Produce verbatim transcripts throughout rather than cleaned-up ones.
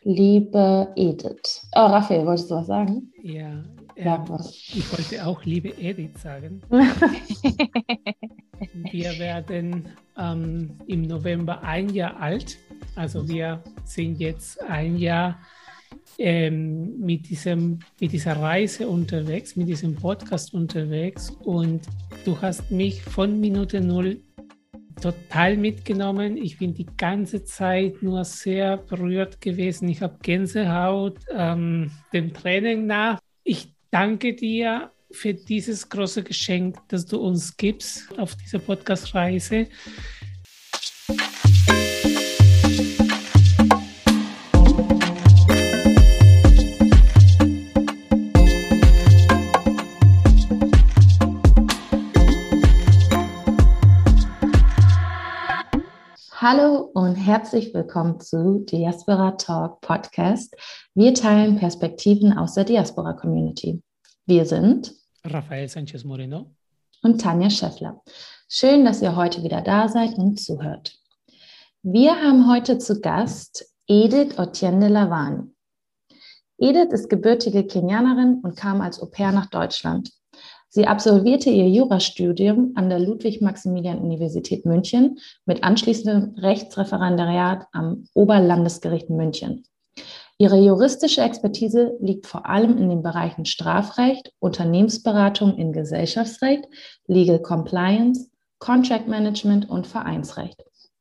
liebe Edith. Oh, Raphael, wolltest du was sagen? Ja, Sag ähm, was. ich wollte auch liebe Edith sagen. Wir werden ähm, im November ein Jahr alt. Also wir sind jetzt ein Jahr ähm, mit, diesem, mit dieser Reise unterwegs, mit diesem Podcast unterwegs. Und du hast mich von Minute Null total mitgenommen. Ich bin die ganze Zeit nur sehr berührt gewesen. Ich habe Gänsehaut, ähm, dem Tränen nach. Ich danke dir für dieses große Geschenk, das du uns gibst auf dieser Podcast-Reise. Hallo und herzlich willkommen zu Diaspora Talk Podcast. Wir teilen Perspektiven aus der Diaspora-Community. Wir sind Rafael Sanchez Moreno und Tanja Scheffler. Schön, dass ihr heute wieder da seid und zuhört. Wir haben heute zu Gast Edith Otiende Lavani. Edith ist gebürtige Kenianerin und kam als Au-pair nach Deutschland. Sie absolvierte ihr Jurastudium an der Ludwig-Maximilian-Universität München mit anschließendem Rechtsreferendariat am Oberlandesgericht München. Ihre juristische Expertise liegt vor allem in den Bereichen Strafrecht, Unternehmensberatung in Gesellschaftsrecht, Legal Compliance, Contract Management und Vereinsrecht.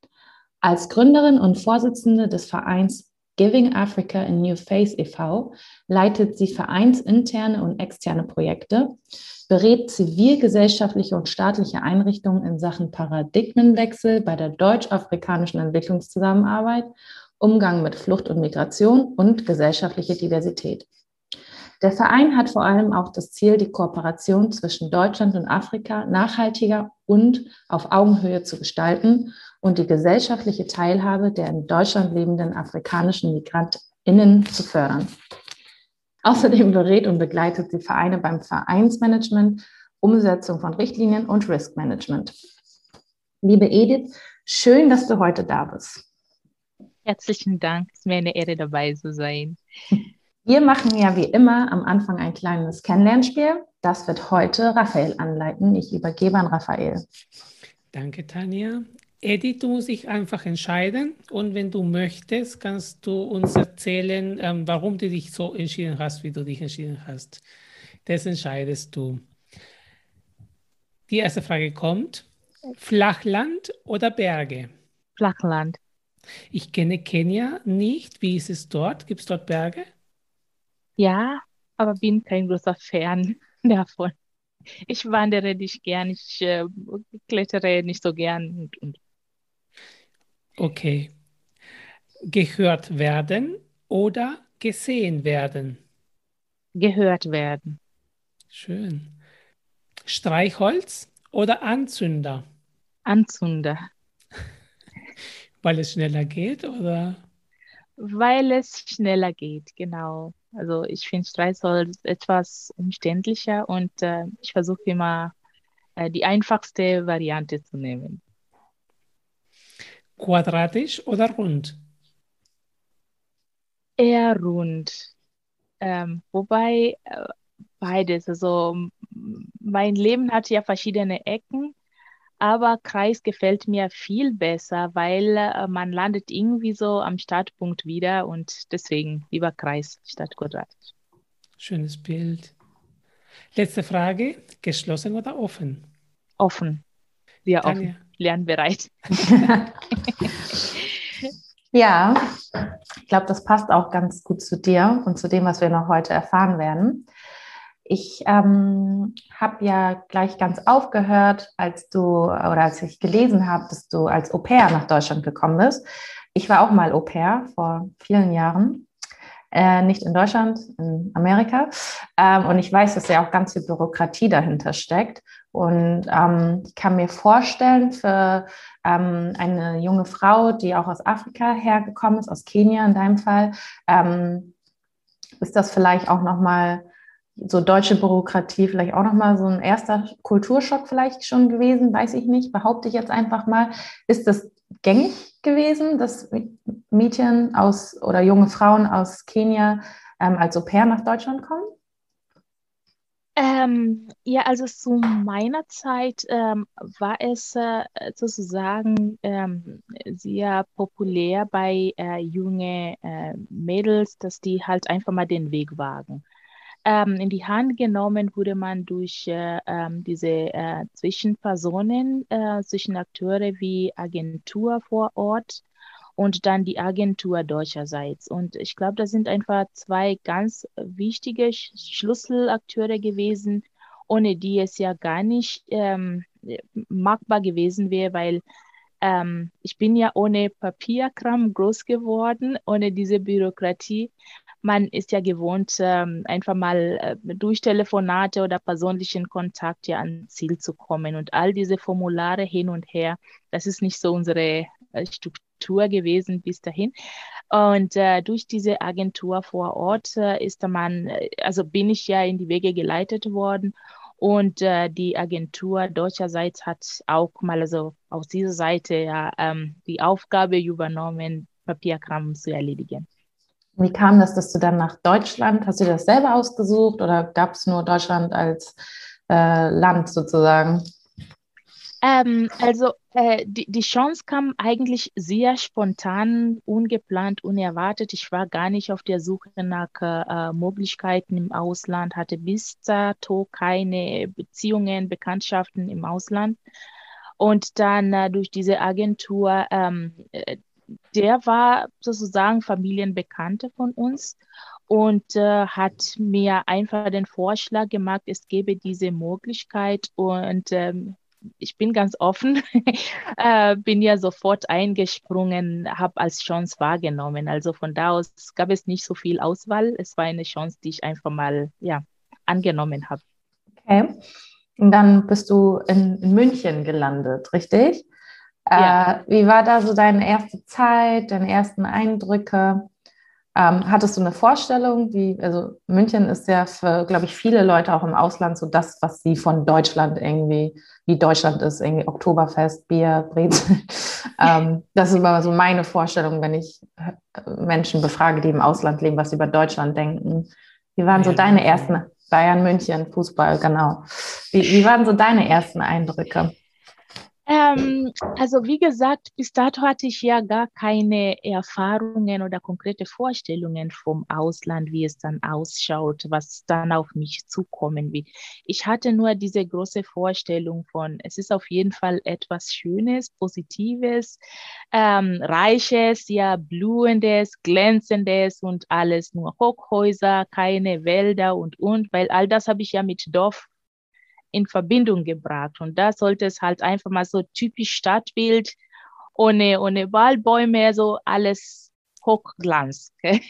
Als Gründerin und Vorsitzende des Vereins Giving Africa a New Face e V leitet sie vereinsinterne und externe Projekte, berät zivilgesellschaftliche und staatliche Einrichtungen in Sachen Paradigmenwechsel bei der deutsch-afrikanischen Entwicklungszusammenarbeit, Umgang mit Flucht und Migration und gesellschaftliche Diversität. Der Verein hat vor allem auch das Ziel, die Kooperation zwischen Deutschland und Afrika nachhaltiger und auf Augenhöhe zu gestalten und die gesellschaftliche Teilhabe der in Deutschland lebenden afrikanischen MigrantInnen zu fördern. Außerdem berät und begleitet sie Vereine beim Vereinsmanagement, Umsetzung von Richtlinien und Riskmanagement. Liebe Edith, schön, dass du heute da bist. Herzlichen Dank, es ist mir eine Ehre, dabei zu sein. Wir machen ja wie immer am Anfang ein kleines Kennenlernspiel. Das wird heute Raphael anleiten. Ich übergebe an Raphael. Danke, Tanja. Edith, du musst dich einfach entscheiden und wenn du möchtest, kannst du uns erzählen, ähm, warum du dich so entschieden hast, wie du dich entschieden hast. Das entscheidest du. Die erste Frage kommt: Flachland oder Berge? Flachland. Ich kenne Kenia nicht. Wie ist es dort? Gibt es dort Berge? Ja, aber bin kein großer Fan davon. Ich wandere nicht gern, ich äh, klettere nicht so gern. Und, und. Okay. Gehört werden oder gesehen werden? Gehört werden. Schön. Streichholz oder Anzünder? Anzünder. Weil es schneller geht, oder? Weil es schneller geht, genau. Also ich finde Streichholz etwas umständlicher und äh, ich versuche immer äh, die einfachste Variante zu nehmen. Quadratisch oder rund? Eher rund. Ähm, wobei äh, beides. Also m- mein Leben hat ja verschiedene Ecken, aber Kreis gefällt mir viel besser, weil äh, man landet irgendwie so am Startpunkt wieder und deswegen lieber Kreis statt quadratisch. Schönes Bild. Letzte Frage. Geschlossen oder offen? Offen, sehr Tanja. offen, lernbereit. Ja, ich glaube, das passt auch ganz gut zu dir und zu dem, was wir noch heute erfahren werden. Ich ähm, habe ja gleich ganz aufgehört, als du oder als ich gelesen habe, dass du als Au-pair nach Deutschland gekommen bist. Ich war auch mal Au-pair vor vielen Jahren, äh, nicht in Deutschland, in Amerika. Ähm, und ich weiß, dass ja auch ganz viel Bürokratie dahinter steckt. Und ähm, ich kann mir vorstellen, für ähm, eine junge Frau, die auch aus Afrika hergekommen ist, aus Kenia in deinem Fall, ähm, ist das vielleicht auch nochmal so deutsche Bürokratie, vielleicht auch nochmal so ein erster Kulturschock vielleicht schon gewesen, weiß ich nicht, behaupte ich jetzt einfach mal. Ist das gängig gewesen, dass Mädchen aus oder junge Frauen aus Kenia ähm, als Au-pair nach Deutschland kommen? Ähm, ja, also zu meiner Zeit ähm, war es äh, sozusagen ähm, sehr populär bei äh, junge äh, Mädels, dass die halt einfach mal den Weg wagen. Ähm, in die Hand genommen wurde man durch äh, ähm, diese äh, Zwischenpersonen, äh, zwischen Akteure wie Agentur vor Ort und dann die Agentur deutscherseits. Und ich glaube, das sind einfach zwei ganz wichtige Sch Schlüsselakteure gewesen, ohne die es ja gar nicht ähm, machbar gewesen wäre, weil ähm, ich bin ja ohne Papierkram groß geworden, ohne diese Bürokratie. Man ist ja gewohnt, ähm, einfach mal äh, durch Telefonate oder persönlichen Kontakt ja ans Ziel zu kommen. Und all diese Formulare hin und her, das ist nicht so unsere äh, Struktur gewesen bis dahin. Und äh, durch diese Agentur vor Ort äh, ist da man, äh, also bin ich ja in die Wege geleitet worden. Und äh, die Agentur deutscherseits hat auch mal also aus dieser Seite ja ähm, die Aufgabe übernommen, Papierkram zu erledigen. Wie kam das, dass du dann nach Deutschland, hast du dir das selber ausgesucht oder gab es nur Deutschland als äh, Land sozusagen? Ähm, also äh, die, die Chance kam eigentlich sehr spontan, ungeplant, unerwartet. Ich war gar nicht auf der Suche nach äh, Möglichkeiten im Ausland, hatte bis dato keine Beziehungen, Bekanntschaften im Ausland. Und dann äh, durch diese Agentur, ähm, äh, der war sozusagen Familienbekannter von uns und äh, hat mir einfach den Vorschlag gemacht, es gäbe diese Möglichkeit und ähm, ich bin ganz offen, äh, bin ja sofort eingesprungen, habe als Chance wahrgenommen. Also von da aus gab es nicht so viel Auswahl. Es war eine Chance, die ich einfach mal ja, angenommen habe. Okay. Und dann bist du in, in München gelandet, richtig? Ja. Äh, wie war da so deine erste Zeit, deine ersten Eindrücke? Ähm, hattest du eine Vorstellung, wie, also München ist ja für, glaube ich, viele Leute auch im Ausland so das, was sie von Deutschland irgendwie, wie Deutschland ist, irgendwie Oktoberfest, Bier, Brezel. ähm, das ist immer so meine Vorstellung, wenn ich Menschen befrage, die im Ausland leben, was sie über Deutschland denken. Wie waren so Bayern deine München. ersten, Bayern, München, Fußball, genau. Wie, wie waren so deine ersten Eindrücke? Ähm, also wie gesagt, bis dato hatte ich ja gar keine Erfahrungen oder konkrete Vorstellungen vom Ausland, wie es dann ausschaut, was dann auf mich zukommen wird. Ich hatte nur diese große Vorstellung von, es ist auf jeden Fall etwas Schönes, Positives, ähm, Reiches, ja, Blühendes, Glänzendes und alles nur Hochhäuser, keine Wälder und, und, weil all das habe ich ja mit Dorf in Verbindung gebracht. Und da sollte es halt einfach mal so typisch Stadtbild, ohne, ohne Waldbäume, so alles Hochglanz.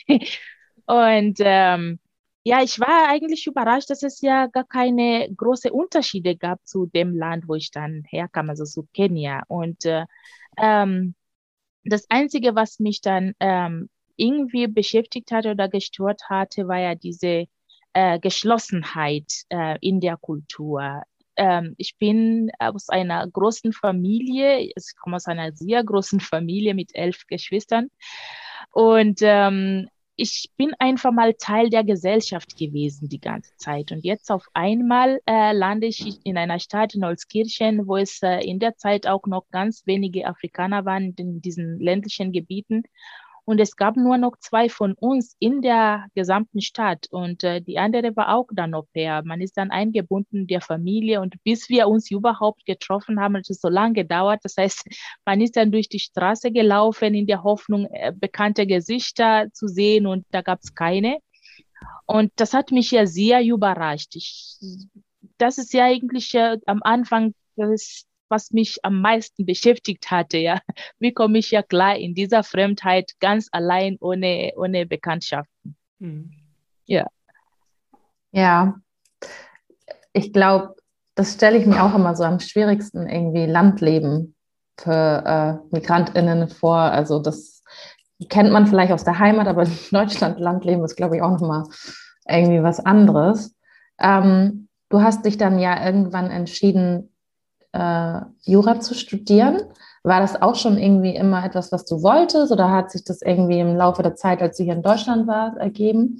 Und ähm, ja, ich war eigentlich überrascht, dass es ja gar keine großen Unterschiede gab zu dem Land, wo ich dann herkam, also zu Kenia. Und äh, ähm, das Einzige, was mich dann ähm, irgendwie beschäftigt hatte oder gestört hatte, war ja diese äh, Geschlossenheit äh, in der Kultur. Ähm, ich bin aus einer großen Familie, ich komme aus einer sehr großen Familie mit elf Geschwistern und ähm, ich bin einfach mal Teil der Gesellschaft gewesen die ganze Zeit. Und jetzt auf einmal äh, lande ich in einer Stadt in Holzkirchen, wo es äh, in der Zeit auch noch ganz wenige Afrikaner waren in diesen ländlichen Gebieten. Und es gab nur noch zwei von uns in der gesamten Stadt. Und äh, die andere war auch dann Au-pair. Man ist dann eingebunden in der Familie. Und bis wir uns überhaupt getroffen haben, hat es so lange gedauert. Das heißt, man ist dann durch die Straße gelaufen in der Hoffnung, äh, bekannte Gesichter zu sehen. Und da gab es keine. Und das hat mich ja sehr überrascht. Ich, das ist ja eigentlich äh, am Anfang das, was mich am meisten beschäftigt hatte, ja. Wie komme ich ja klar in dieser Fremdheit ganz allein ohne, ohne Bekanntschaften? Mhm. Ja. Ja, ich glaube, das stelle ich mir auch immer so am schwierigsten irgendwie Landleben für äh, MigrantInnen vor. Also das kennt man vielleicht aus der Heimat, aber in Deutschland Landleben ist, glaube ich, auch nochmal irgendwie was anderes. Ähm, du hast dich dann ja irgendwann entschieden, äh, Jura zu studieren. War das auch schon irgendwie immer etwas, was du wolltest, oder hat sich das irgendwie im Laufe der Zeit, als du hier in Deutschland warst, ergeben?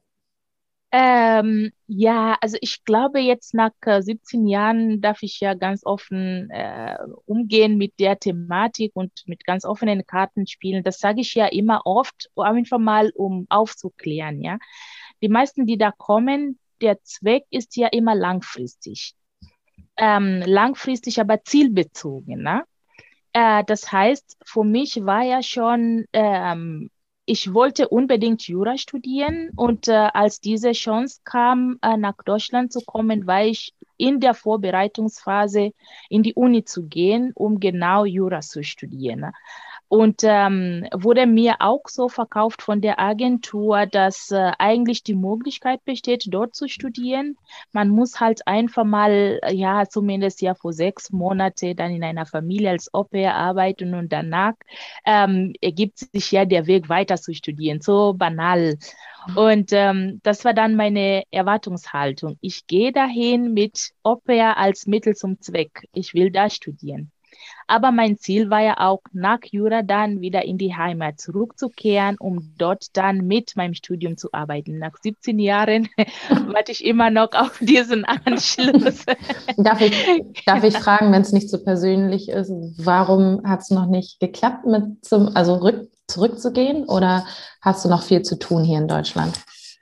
Ähm, ja, also ich glaube, jetzt nach äh, siebzehn Jahren darf ich ja ganz offen äh, umgehen mit der Thematik und mit ganz offenen Karten spielen. Das sage ich ja immer oft, um einfach mal, um aufzuklären, ja. Die meisten, die da kommen, der Zweck ist ja immer langfristig. Ähm, langfristig, aber zielbezogen, ne? Äh, das heißt, für mich war ja schon, ähm, ich wollte unbedingt Jura studieren und äh, als diese Chance kam, äh, nach Deutschland zu kommen, war ich in der Vorbereitungsphase in die Uni zu gehen, um genau Jura zu studieren. Ne? Und ähm, wurde mir auch so verkauft von der Agentur, dass äh, eigentlich die Möglichkeit besteht, dort zu studieren. Man muss halt einfach mal, äh, ja, zumindest ja vor sechs Monate dann in einer Familie als Au-pair arbeiten und danach ähm, ergibt sich ja der Weg weiter zu studieren. So banal. Und ähm, das war dann meine Erwartungshaltung. Ich gehe dahin mit Au-pair als Mittel zum Zweck. Ich will da studieren. Aber mein Ziel war ja auch, nach Jura dann wieder in die Heimat zurückzukehren, um dort dann mit meinem Studium zu arbeiten. Nach siebzehn Jahren warte ich immer noch auf diesen Anschluss. Darf ich, darf ich fragen, wenn es nicht so persönlich ist, warum hat es noch nicht geklappt, mit zum, also rück, zurückzugehen, oder hast du noch viel zu tun hier in Deutschland?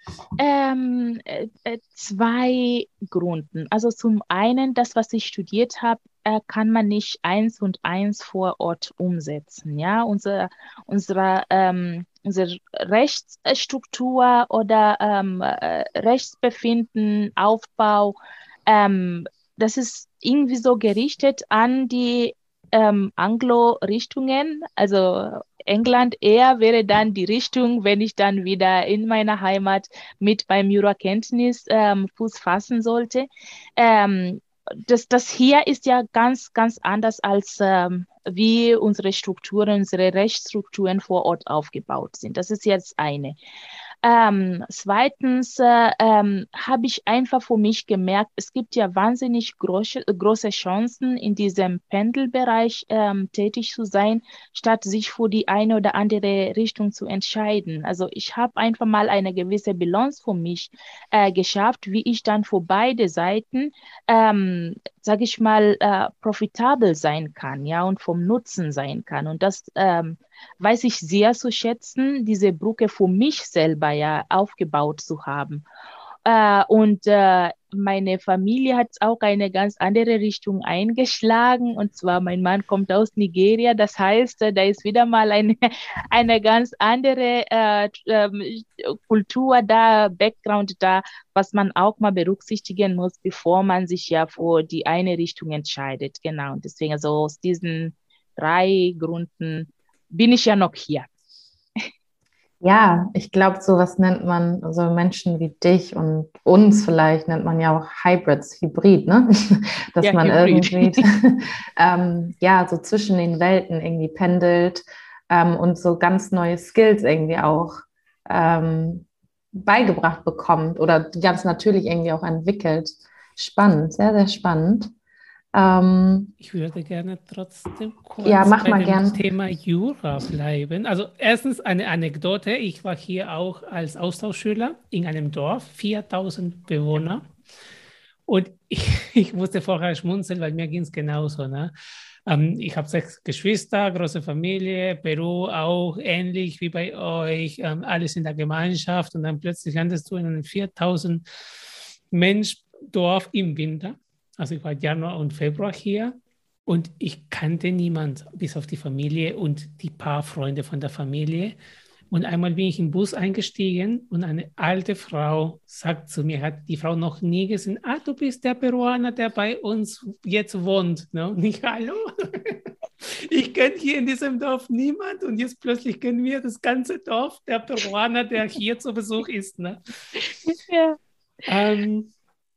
Ähm, äh, äh, zwei Gründen. Also zum einen, das, was ich studiert habe, äh, kann man nicht eins und eins vor Ort umsetzen. Ja, unsere, unsere, ähm, unsere Rechtsstruktur oder ähm, äh, Rechtsbefinden, Aufbau, ähm, das ist irgendwie so gerichtet an die ähm, Anglo-Richtungen, also England eher wäre dann die Richtung, wenn ich dann wieder in meiner Heimat mit beim Jurakenntnis ähm, Fuß fassen sollte. Ähm, das, das hier ist ja ganz, ganz anders als ähm, wie unsere Strukturen, unsere Rechtsstrukturen vor Ort aufgebaut sind. Das ist jetzt eine. Ähm, zweitens äh, ähm, habe ich einfach für mich gemerkt, es gibt ja wahnsinnig große, große Chancen, in diesem Pendelbereich ähm, tätig zu sein, statt sich für die eine oder andere Richtung zu entscheiden. Also ich habe einfach mal eine gewisse Balance für mich äh, geschafft, wie ich dann für beide Seiten, ähm, sage ich mal, äh, profitabel sein kann, ja, und vom Nutzen sein kann. Und das ähm, weiß ich sehr zu schätzen, diese Brücke für mich selber ja aufgebaut zu haben. Äh, und äh, meine Familie hat auch eine ganz andere Richtung eingeschlagen. Und zwar, mein Mann kommt aus Nigeria. Das heißt, äh, da ist wieder mal eine, eine ganz andere äh, ähm, Kultur da, Background da, was man auch mal berücksichtigen muss, bevor man sich ja für die eine Richtung entscheidet. Genau. Und deswegen, also aus diesen drei Gründen bin ich ja noch hier. Ja, ich glaube, sowas nennt man, so Menschen wie dich und uns vielleicht, nennt man ja auch Hybrids, Hybrid, ne? Dass Ja, man Hybrid. irgendwie, ähm, ja, so zwischen den Welten irgendwie pendelt, ähm, und so ganz neue Skills irgendwie auch ähm, beigebracht bekommt oder ganz natürlich irgendwie auch entwickelt. Spannend, sehr, sehr spannend. Ähm, Ich würde gerne trotzdem ja, kurz mach bei mal dem gern. Thema Jura bleiben. Also erstens eine Anekdote. Ich war hier auch als Austauschschüler in einem Dorf, viertausend Bewohner. Und ich, ich musste vorher schmunzeln, weil mir ging es genauso. Ne? Ähm, ich habe sechs Geschwister, große Familie, Peru auch ähnlich wie bei euch, ähm, alles in der Gemeinschaft. Und dann plötzlich landest du in einem viertausend Mensch Dorf im Winter. Also ich war Januar und Februar hier und ich kannte niemand, bis auf die Familie und die paar Freunde von der Familie. Und einmal bin ich im Bus eingestiegen und eine alte Frau sagt zu mir, hat die Frau noch nie gesehen, ah, du bist der Peruaner, der bei uns jetzt wohnt. Ne? Und ich, hallo? Ich kenne hier in diesem Dorf niemand und jetzt plötzlich kennen wir das ganze Dorf, der Peruaner, der hier zu Besuch ist. Ne? Ja. Ähm,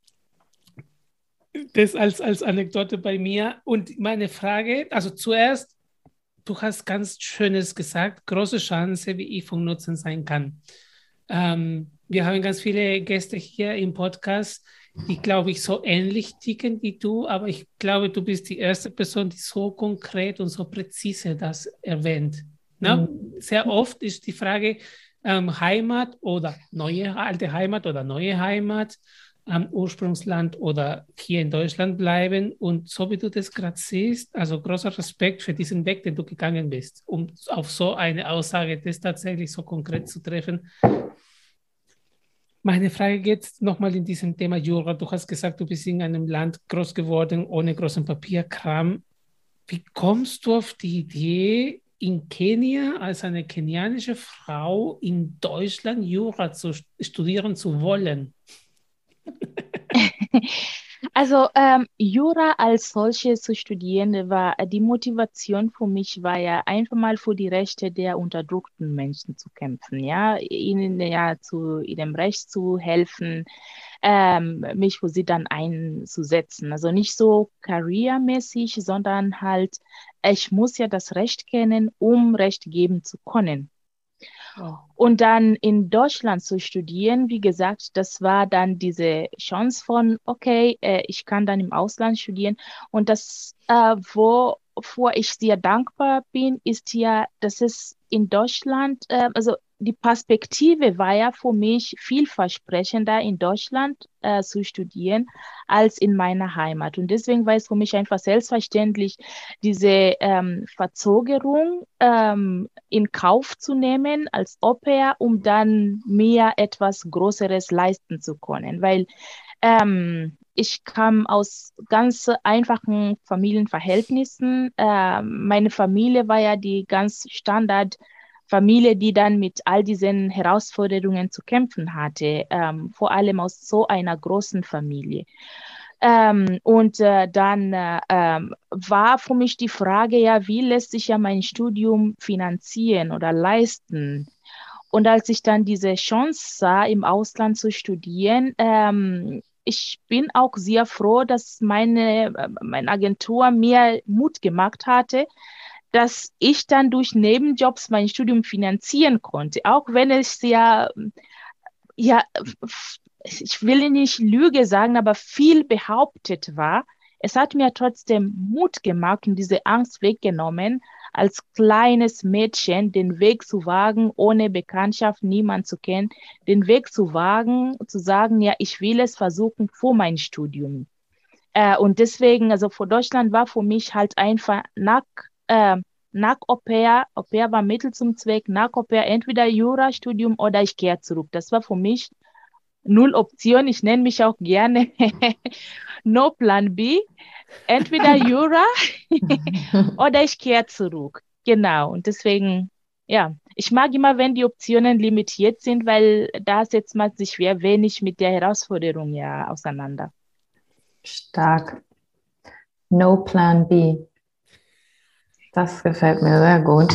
Das als, als Anekdote bei mir. Und meine Frage, also zuerst, du hast ganz Schönes gesagt, große Chance, wie ich von Nutzen sein kann. Ähm, wir haben ganz viele Gäste hier im Podcast, die, glaube ich, so ähnlich ticken wie du, aber ich glaube, du bist die erste Person, die so konkret und so präzise das erwähnt. Ne? Mhm. Sehr oft ist die Frage ähm, Heimat oder neue alte Heimat oder neue Heimat, am Ursprungsland oder hier in Deutschland bleiben. Und so wie du das gerade siehst, also großer Respekt für diesen Weg, den du gegangen bist, um auf so eine Aussage das tatsächlich so konkret zu treffen. Meine Frage geht nochmal in diesem Thema Jura. Du hast gesagt, du bist in einem Land groß geworden, ohne großen Papierkram. Wie kommst du auf die Idee, in Kenia als eine kenianische Frau in Deutschland Jura zu studieren zu wollen? Also ähm, Jura als solche zu studieren, war die Motivation für mich war ja einfach mal für die Rechte der unterdrückten Menschen zu kämpfen, ja, ihnen ja zu ihrem Recht zu helfen, ähm, mich für sie dann einzusetzen. Also nicht so karrieremäßig, sondern halt, ich muss ja das Recht kennen, um Recht geben zu können. Wow. Und dann in Deutschland zu studieren, wie gesagt, das war dann diese Chance von, okay, äh, ich kann dann im Ausland studieren. Und das, äh, wovor ich sehr dankbar bin, ist ja, dass es in Deutschland, äh, also die Perspektive war ja für mich vielversprechender in Deutschland äh, zu studieren als in meiner Heimat. Und deswegen war es für mich einfach selbstverständlich, diese ähm, Verzögerung ähm, in Kauf zu nehmen als Au-pair, um dann mir etwas Größeres leisten zu können. Weil ähm, ich kam aus ganz einfachen Familienverhältnissen. Ähm, meine Familie war ja die ganz Standard Familie, die dann mit all diesen Herausforderungen zu kämpfen hatte, ähm, vor allem aus so einer großen Familie. Ähm, und äh, dann äh, ähm, war für mich die Frage, ja, wie lässt sich ja mein Studium finanzieren oder leisten? Und als ich dann diese Chance sah, im Ausland zu studieren, ähm, ich bin auch sehr froh, dass meine, äh, meine Agentur mir Mut gemacht hatte, dass ich dann durch Nebenjobs mein Studium finanzieren konnte, auch wenn es ja, ja, ich will nicht Lüge sagen, aber viel behauptet war. Es hat mir trotzdem Mut gemacht und diese Angst weggenommen, als kleines Mädchen den Weg zu wagen, ohne Bekanntschaft, niemand zu kennen, den Weg zu wagen, zu sagen, ja, ich will es versuchen vor mein Studium. Äh, und deswegen, also für Deutschland war für mich halt einfach nach, äh, nach Au-pair, Au-pair war Mittel zum Zweck, nach Au-pair entweder Jurastudium oder ich kehre zurück. Das war für mich null Option. Ich nenne mich auch gerne No Plan B. Entweder Jura oder ich kehre zurück. Genau. Und deswegen, ja, ich mag immer, wenn die Optionen limitiert sind, weil da setzt man sich sehr wenig mit der Herausforderung ja auseinander. Stark. No Plan B. Das gefällt mir sehr gut.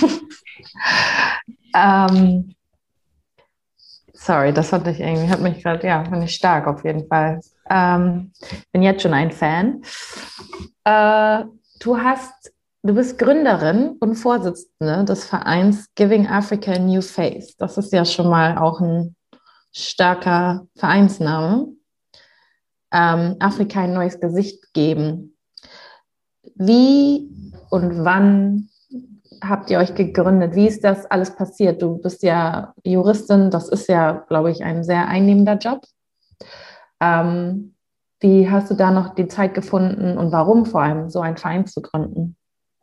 ähm, sorry, das hatte ich irgendwie, hat mich gerade, ja, finde ich stark auf jeden Fall. Ähm, bin jetzt schon ein Fan. Äh, du hast, du bist Gründerin und Vorsitzende des Vereins Giving Africa a New Face. Das ist ja schon mal auch ein starker Vereinsname. Ähm, Afrika ein neues Gesicht geben. Wie und wann habt ihr euch gegründet? Wie ist das alles passiert? Du bist ja Juristin, das ist ja, glaube ich, ein sehr einnehmender Job. Ähm, wie hast du da noch die Zeit gefunden und warum vor allem so einen Verein zu gründen?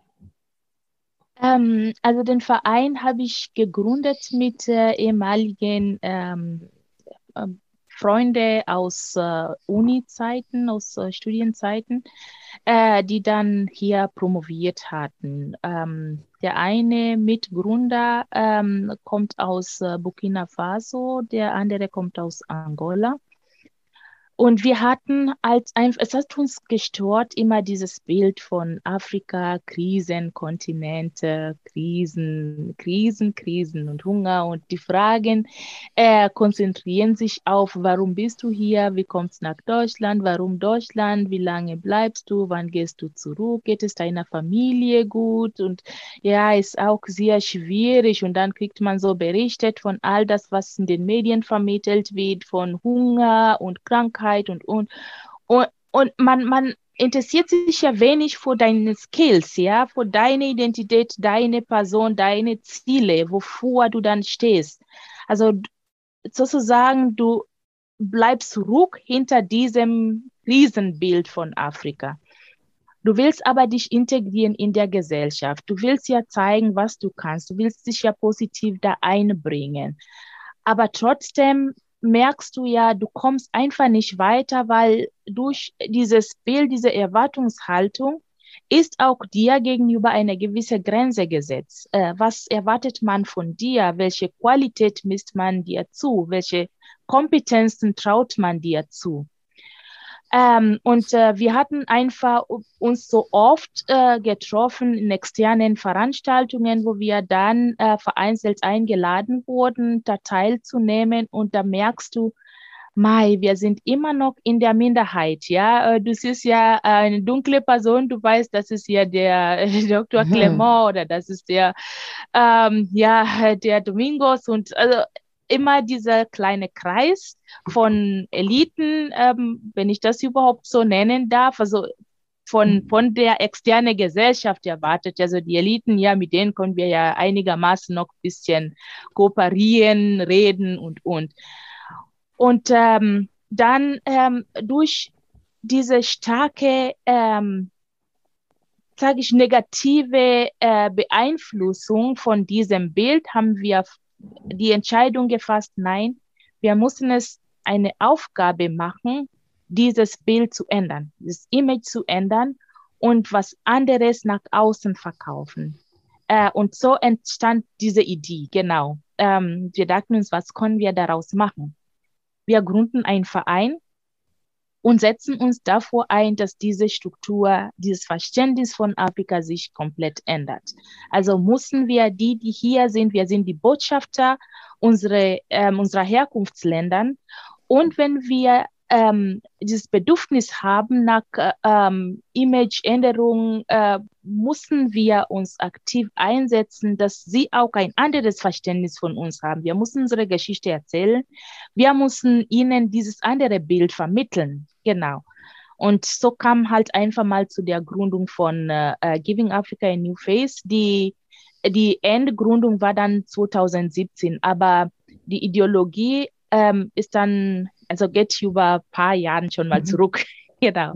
Ähm, also den Verein habe ich gegründet mit äh, ehemaligen ähm, ähm, Freunde aus äh, Uni-Zeiten, aus äh, Studienzeiten, äh, die dann hier promoviert hatten. Ähm, der eine Mitgründer ähm, kommt aus äh, Burkina Faso, der andere kommt aus Angola. Und wir hatten als ein, es hat uns gestört, immer dieses Bild von Afrika, Krisen, Kontinente, Krisen, Krisen, Krisen und Hunger. Und die Fragen äh, konzentrieren sich auf, warum bist du hier, wie kommst du nach Deutschland, warum Deutschland, wie lange bleibst du, wann gehst du zurück, geht es deiner Familie gut? Und ja, ist auch sehr schwierig. Und dann kriegt man so berichtet von all das, was in den Medien vermittelt wird, von Hunger und Krankheit und, und, und, und man, man interessiert sich ja wenig für deine Skills, ja, für deine Identität, deine Person, deine Ziele, wofür du dann stehst. Also sozusagen, du bleibst zurück hinter diesem Riesenbild von Afrika. Du willst aber dich integrieren in der Gesellschaft. Du willst ja zeigen, was du kannst. Du willst dich ja positiv da einbringen. Aber trotzdem merkst du ja, du kommst einfach nicht weiter, weil durch dieses Bild, diese Erwartungshaltung ist auch dir gegenüber eine gewisse Grenze gesetzt. Äh, was erwartet man von dir? Welche Qualität misst man dir zu? Welche Kompetenzen traut man dir zu? Ähm, und äh, wir hatten einfach uns so oft äh, getroffen in externen Veranstaltungen, wo wir dann äh, vereinzelt eingeladen wurden, da teilzunehmen. Und da merkst du, Mai, wir sind immer noch in der Minderheit, ja. Äh, Du siehst ja eine dunkle Person, du weißt, das ist ja der äh, Doktor Mhm. Clement oder das ist der, ähm, ja, der Domingos und also immer dieser kleine Kreis von Eliten, ähm, wenn ich das überhaupt so nennen darf, also von, von der externen Gesellschaft erwartet. Also die Eliten, ja, mit denen können wir ja einigermaßen noch ein bisschen kooperieren, reden und, und. Und ähm, dann ähm, durch diese starke, ähm, sage ich, negative äh, Beeinflussung von diesem Bild haben wir die Entscheidung gefasst, nein, wir müssen es eine Aufgabe machen, dieses Bild zu ändern, das Image zu ändern und was anderes nach außen verkaufen. Äh, und so entstand diese Idee, genau. Ähm, wir dachten uns, was können wir daraus machen? Wir gründen einen Verein und setzen uns davor ein, dass diese Struktur, dieses Verständnis von Afrika sich komplett ändert. Also müssen wir die, die hier sind, wir sind die Botschafter unsere, ähm, unserer Herkunftsländern. Und wenn wir ähm, dieses Bedürfnis haben nach ähm, Imageänderung, äh, müssen wir uns aktiv einsetzen, dass sie auch ein anderes Verständnis von uns haben. Wir müssen unsere Geschichte erzählen. Wir müssen ihnen dieses andere Bild vermitteln. Genau. Und so kam halt einfach mal zu der Gründung von äh, Giving Africa a New Face. Die, die Endgründung war dann zwanzig siebzehn, aber die Ideologie ähm, ist dann, also geht über ein paar Jahren schon mal zurück. Genau.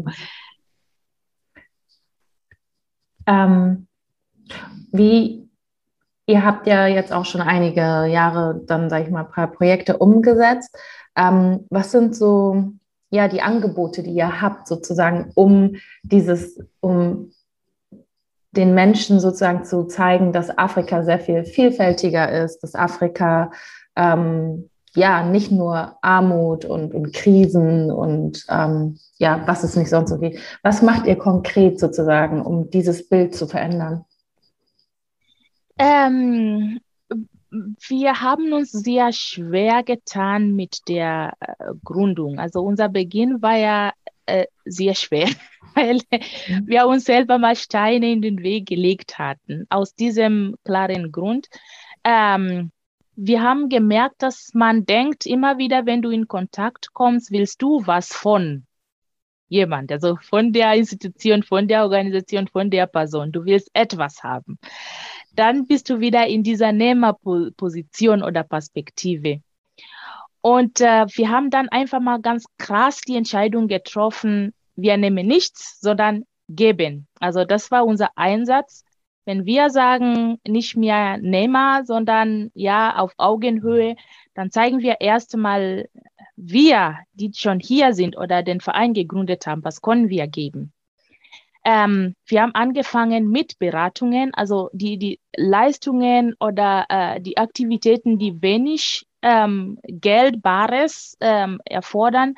Ähm, wie, ihr habt ja jetzt auch schon einige Jahre dann, sage ich mal, ein paar Projekte umgesetzt. Ähm, was sind so, ja, die Angebote, die ihr habt, sozusagen, um dieses, um den Menschen sozusagen zu zeigen, dass Afrika sehr viel vielfältiger ist, dass Afrika ähm, ja nicht nur Armut und, und Krisen und ähm, ja, was es nicht sonst so gibt. Was macht ihr konkret sozusagen, um dieses Bild zu verändern? Ähm, wir haben uns sehr schwer getan mit der äh, Gründung. Also unser Beginn war ja äh, sehr schwer, weil mhm. wir uns selber mal Steine in den Weg gelegt hatten. Aus diesem klaren Grund. Ähm, wir haben gemerkt, dass man denkt, immer wieder, wenn du in Kontakt kommst, willst du was von jemand, also von der Institution, von der Organisation, von der Person. Du willst etwas haben. Dann bist du wieder in dieser Nehmerposition oder Perspektive. Und äh, wir haben dann einfach mal ganz krass die Entscheidung getroffen, wir nehmen nichts, sondern geben. Also das war unser Einsatz. Wenn wir sagen, nicht mehr Nehmer, sondern ja auf Augenhöhe, dann zeigen wir erst mal, wir, die schon hier sind oder den Verein gegründet haben, was können wir geben? Ähm, wir haben angefangen mit Beratungen, also die, die Leistungen oder äh, die Aktivitäten, die wenig ähm, Geld, Bares ähm, erfordern,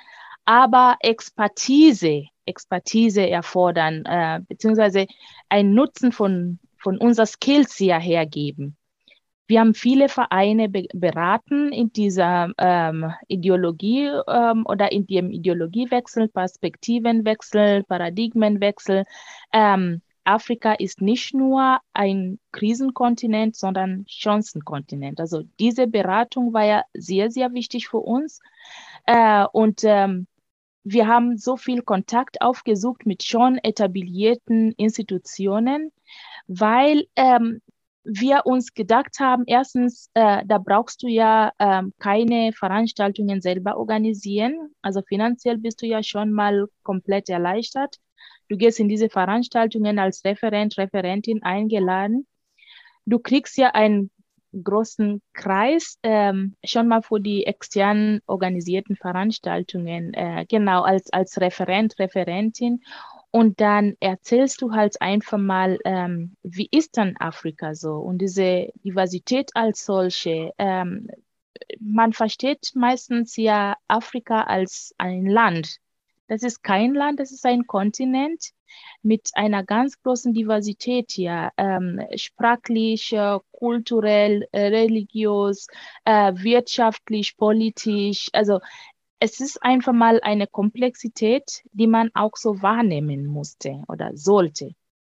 aber Expertise, Expertise erfordern, äh, beziehungsweise einen Nutzen von, von unseren Skills hier hergeben. Wir haben viele Vereine be beraten in dieser ähm, Ideologie ähm, oder in dem Ideologiewechsel, Perspektivenwechsel, Paradigmenwechsel. Ähm, Afrika ist nicht nur ein Krisenkontinent, sondern Chancenkontinent. Also diese Beratung war ja sehr, sehr wichtig für uns. Äh, und ähm, wir haben so viel Kontakt aufgesucht mit schon etablierten Institutionen, weil ähm, wir uns gedacht haben, erstens, äh, da brauchst du ja ähm, keine Veranstaltungen selber organisieren. Also finanziell bist du ja schon mal komplett erleichtert. Du gehst in diese Veranstaltungen als Referent, Referentin eingeladen. Du kriegst ja einen großen Kreis ähm, schon mal für die externen organisierten Veranstaltungen, äh, genau als, als Referent, Referentin. Und dann erzählst du halt einfach mal, ähm, wie ist dann Afrika so? Und diese Diversität als solche, ähm, man versteht meistens ja Afrika als ein Land. Das ist kein Land, das ist ein Kontinent mit einer ganz großen Diversität hier, ähm, sprachlich, äh, kulturell, äh, religiös, äh, wirtschaftlich, politisch. Also es ist einfach mal eine Komplexität, die man auch so wahrnehmen musste oder sollte.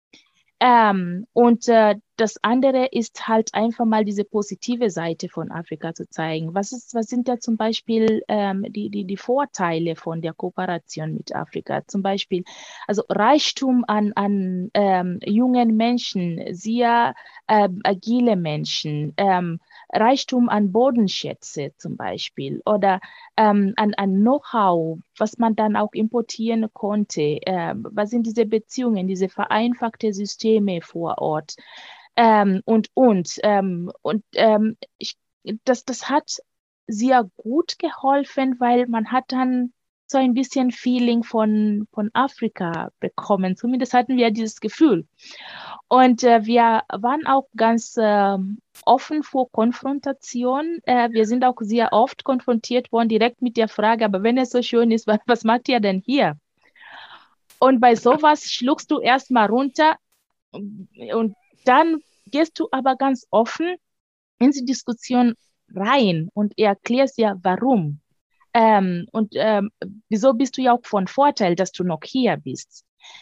Ähm, und äh, das andere ist halt einfach mal diese positive Seite von Afrika zu zeigen. Was ist, was sind da zum Beispiel ähm, die, die, die Vorteile von der Kooperation mit Afrika? Zum Beispiel, also Reichtum an, an ähm, jungen Menschen, sehr ähm, agile Menschen, ähm, Reichtum an Bodenschätze zum Beispiel oder ähm, an, an Know-how, was man dann auch importieren konnte. Ähm, was sind diese Beziehungen, diese vereinfachte Systeme vor Ort? Ähm, und, und, ähm, und ähm, ich, das, das hat sehr gut geholfen, weil man hat dann so ein bisschen Feeling von, von Afrika bekommen. Zumindest hatten wir dieses Gefühl. Und äh, wir waren auch ganz äh, offen vor Konfrontation. Äh, wir sind auch sehr oft konfrontiert worden, direkt mit der Frage, aber wenn es so schön ist, was, was macht ihr denn hier? Und bei sowas schluckst du erstmal runter und dann gehst du aber ganz offen in die Diskussion rein und erklärst ja, warum. Ähm, und ähm, wieso bist du ja auch von Vorteil, dass du noch hier bist.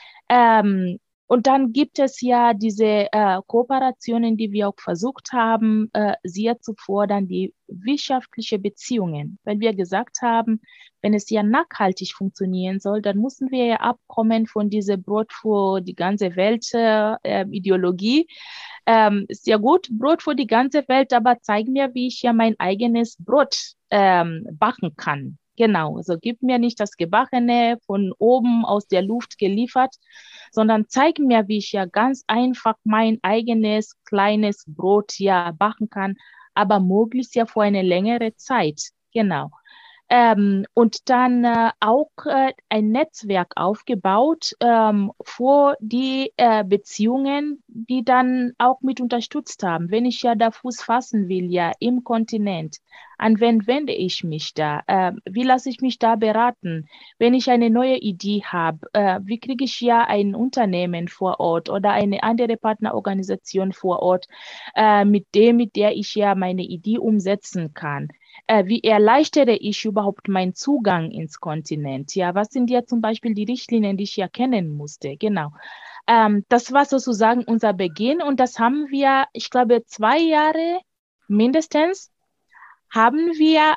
Ähm, und dann gibt es ja diese äh, Kooperationen, die wir auch versucht haben, äh, sehr zu fordern, die wirtschaftliche Beziehungen. Weil wir gesagt haben, wenn es ja nachhaltig funktionieren soll, dann müssen wir ja abkommen von dieser Brot für die ganze Welt äh, Ideologie. Ähm, ist ja gut, Brot für die ganze Welt, aber zeig mir, wie ich ja mein eigenes Brot ähm, backen kann. Genau, also gib mir nicht das Gebackene von oben aus der Luft geliefert, sondern zeig mir, wie ich ja ganz einfach mein eigenes kleines Brot ja backen kann, aber möglichst ja für eine längere Zeit. Genau. Ähm, und dann äh, auch äh, ein Netzwerk aufgebaut ähm, für die äh, Beziehungen, die dann auch mit unterstützt haben. Wenn ich ja da Fuß fassen will, ja im Kontinent, an wen wende ich mich da? Äh, wie lasse ich mich da beraten? Wenn ich eine neue Idee habe, äh, wie kriege ich ja ein Unternehmen vor Ort oder eine andere Partnerorganisation vor Ort, äh, mit dem, mit der ich ja meine Idee umsetzen kann? Äh, wie erleichtere ich überhaupt meinen Zugang ins Kontinent? Ja, was sind ja zum Beispiel die Richtlinien, die ich ja kennen musste? Genau. Ähm, das war sozusagen unser Beginn und das haben wir, ich glaube, zwei Jahre mindestens, haben wir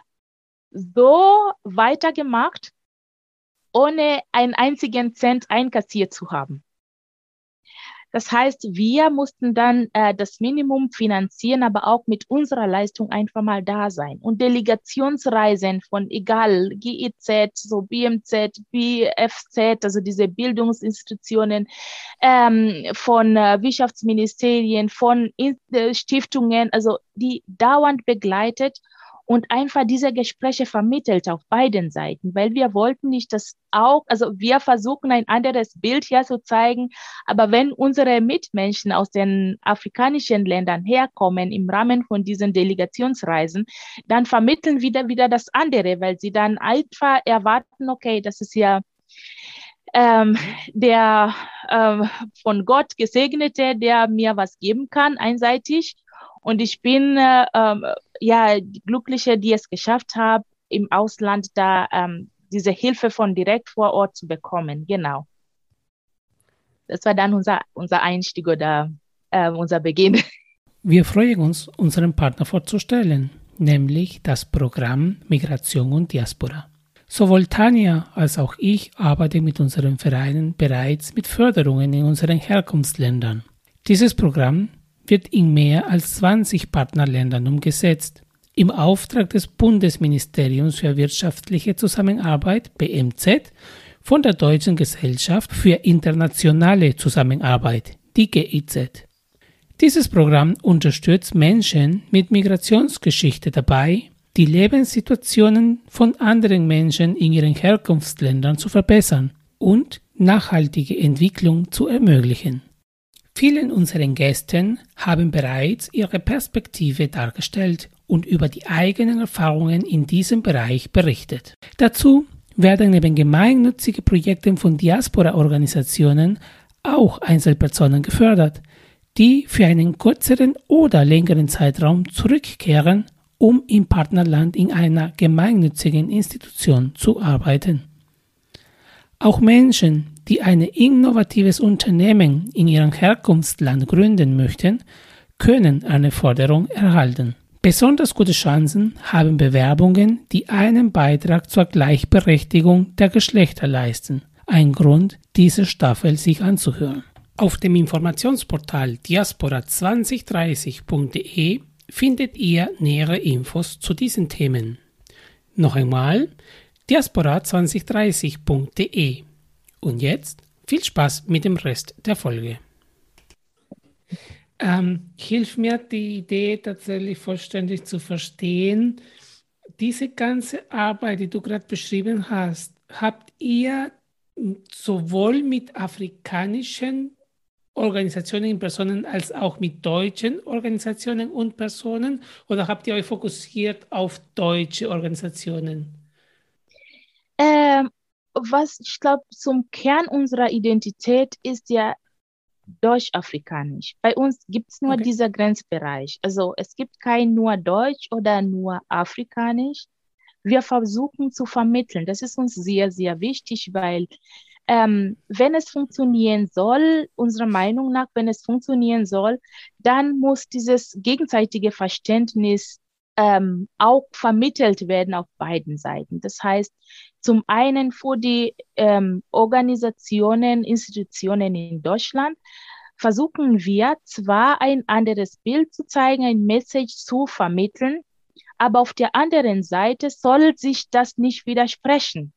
so weitergemacht, ohne einen einzigen Cent einkassiert zu haben. Das heißt, wir mussten dann äh, das Minimum finanzieren, aber auch mit unserer Leistung einfach mal da sein. Und Delegationsreisen von egal, G I Z, so B M Z, B F Z, also diese Bildungsinstitutionen, ähm, von äh, Wirtschaftsministerien, von äh, Stiftungen, also die dauernd begleitet. und einfach diese Gespräche vermittelt auf beiden Seiten, weil wir wollten nicht, dass auch, also wir versuchen ein anderes Bild hier zu zeigen, aber wenn unsere Mitmenschen aus den afrikanischen Ländern herkommen im Rahmen von diesen Delegationsreisen, dann vermitteln wir wieder das andere, weil sie dann einfach erwarten, okay, das ist ja ähm, der ähm, von Gott Gesegnete, der mir was geben kann, einseitig. Und ich bin äh, ähm, ja die Glückliche, die es geschafft hat, im Ausland da ähm, diese Hilfe von direkt vor Ort zu bekommen. Genau. Das war dann unser, unser Einstieg oder äh, unser Beginn. Wir freuen uns, unseren Partner vorzustellen, nämlich das Programm Migration und Diaspora. Sowohl Tanja als auch ich arbeiten mit unseren Vereinen bereits mit Förderungen in unseren Herkunftsländern. Dieses Programm wird in mehr als zwanzig Partnerländern umgesetzt, im Auftrag des Bundesministeriums für wirtschaftliche Zusammenarbeit B M Z von der Deutschen Gesellschaft für internationale Zusammenarbeit, die G I Z. Dieses Programm unterstützt Menschen mit Migrationsgeschichte dabei, die Lebenssituationen von anderen Menschen in ihren Herkunftsländern zu verbessern und nachhaltige Entwicklung zu ermöglichen. Vielen unseren Gästen haben bereits ihre Perspektive dargestellt und über die eigenen Erfahrungen in diesem Bereich berichtet. Dazu werden neben gemeinnützigen Projekten von Diaspora-Organisationen auch Einzelpersonen gefördert, die für einen kürzeren oder längeren Zeitraum zurückkehren, um im Partnerland in einer gemeinnützigen Institution zu arbeiten. Auch Menschen, die ein innovatives Unternehmen in ihrem Herkunftsland gründen möchten, können eine Förderung erhalten. Besonders gute Chancen haben Bewerbungen, die einen Beitrag zur Gleichberechtigung der Geschlechter leisten. Ein Grund, diese Staffel sich anzuhören. Auf dem Informationsportal diaspora zwanzig dreißig punkt de findet ihr nähere Infos zu diesen Themen. Noch einmal diaspora zwanzig dreißig punkt de. Und jetzt viel Spaß mit dem Rest der Folge. Ähm, hilf mir, die Idee tatsächlich vollständig zu verstehen. Diese ganze Arbeit, die du gerade beschrieben hast, habt ihr sowohl mit afrikanischen Organisationen und Personen als auch mit deutschen Organisationen und Personen, oder habt ihr euch fokussiert auf deutsche Organisationen? Ähm, was ich glaube, zum Kern unserer Identität ist ja deutsch-afrikanisch. Bei uns gibt es nur Okay. dieser Grenzbereich. Also es gibt kein nur Deutsch oder nur Afrikanisch. Wir versuchen zu vermitteln. Das ist uns sehr, sehr wichtig, weil ähm, wenn es funktionieren soll, unserer Meinung nach, wenn es funktionieren soll, dann muss dieses gegenseitige Verständnis ähm, auch vermittelt werden auf beiden Seiten. Das heißt, zum einen für die ähm, Organisationen, Institutionen in Deutschland versuchen wir zwar ein anderes Bild zu zeigen, ein Message zu vermitteln, aber auf der anderen Seite soll sich das nicht widersprechen,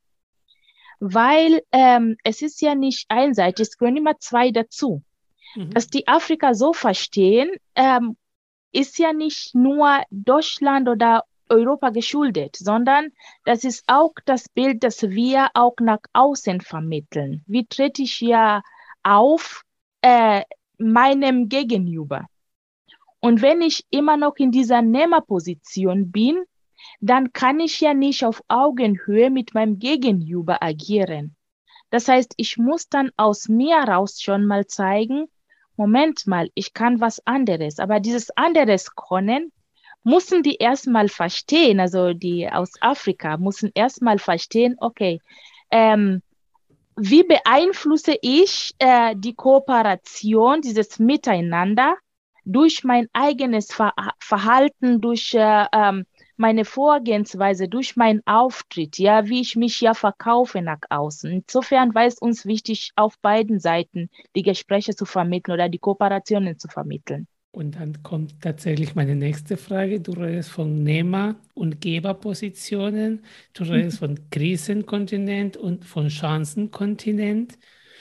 weil ähm, es ist ja nicht einseitig, es gehören immer zwei dazu. Mhm. Dass die Afrika so verstehen, ähm, ist ja nicht nur Deutschland oder Europa geschuldet, sondern das ist auch das Bild, das wir auch nach außen vermitteln. Wie trete ich ja auf äh, meinem Gegenüber? Und wenn ich immer noch in dieser Nehmerposition bin, dann kann ich ja nicht auf Augenhöhe mit meinem Gegenüber agieren. Das heißt, ich muss dann aus mir raus schon mal zeigen, Moment mal, ich kann was anderes. Aber dieses anderes können, müssen die erstmal verstehen, also die aus Afrika müssen erstmal verstehen, okay, ähm, wie beeinflusse ich äh, die Kooperation, dieses Miteinander durch mein eigenes Ver Verhalten, durch äh, ähm, meine Vorgehensweise, durch meinen Auftritt, ja, wie ich mich ja verkaufe nach außen. Insofern war es uns wichtig, auf beiden Seiten die Gespräche zu vermitteln oder die Kooperationen zu vermitteln. Und dann kommt tatsächlich meine nächste Frage. Du redest von Nehmer- und Geberpositionen, du redest von Krisenkontinent und von Chancenkontinent.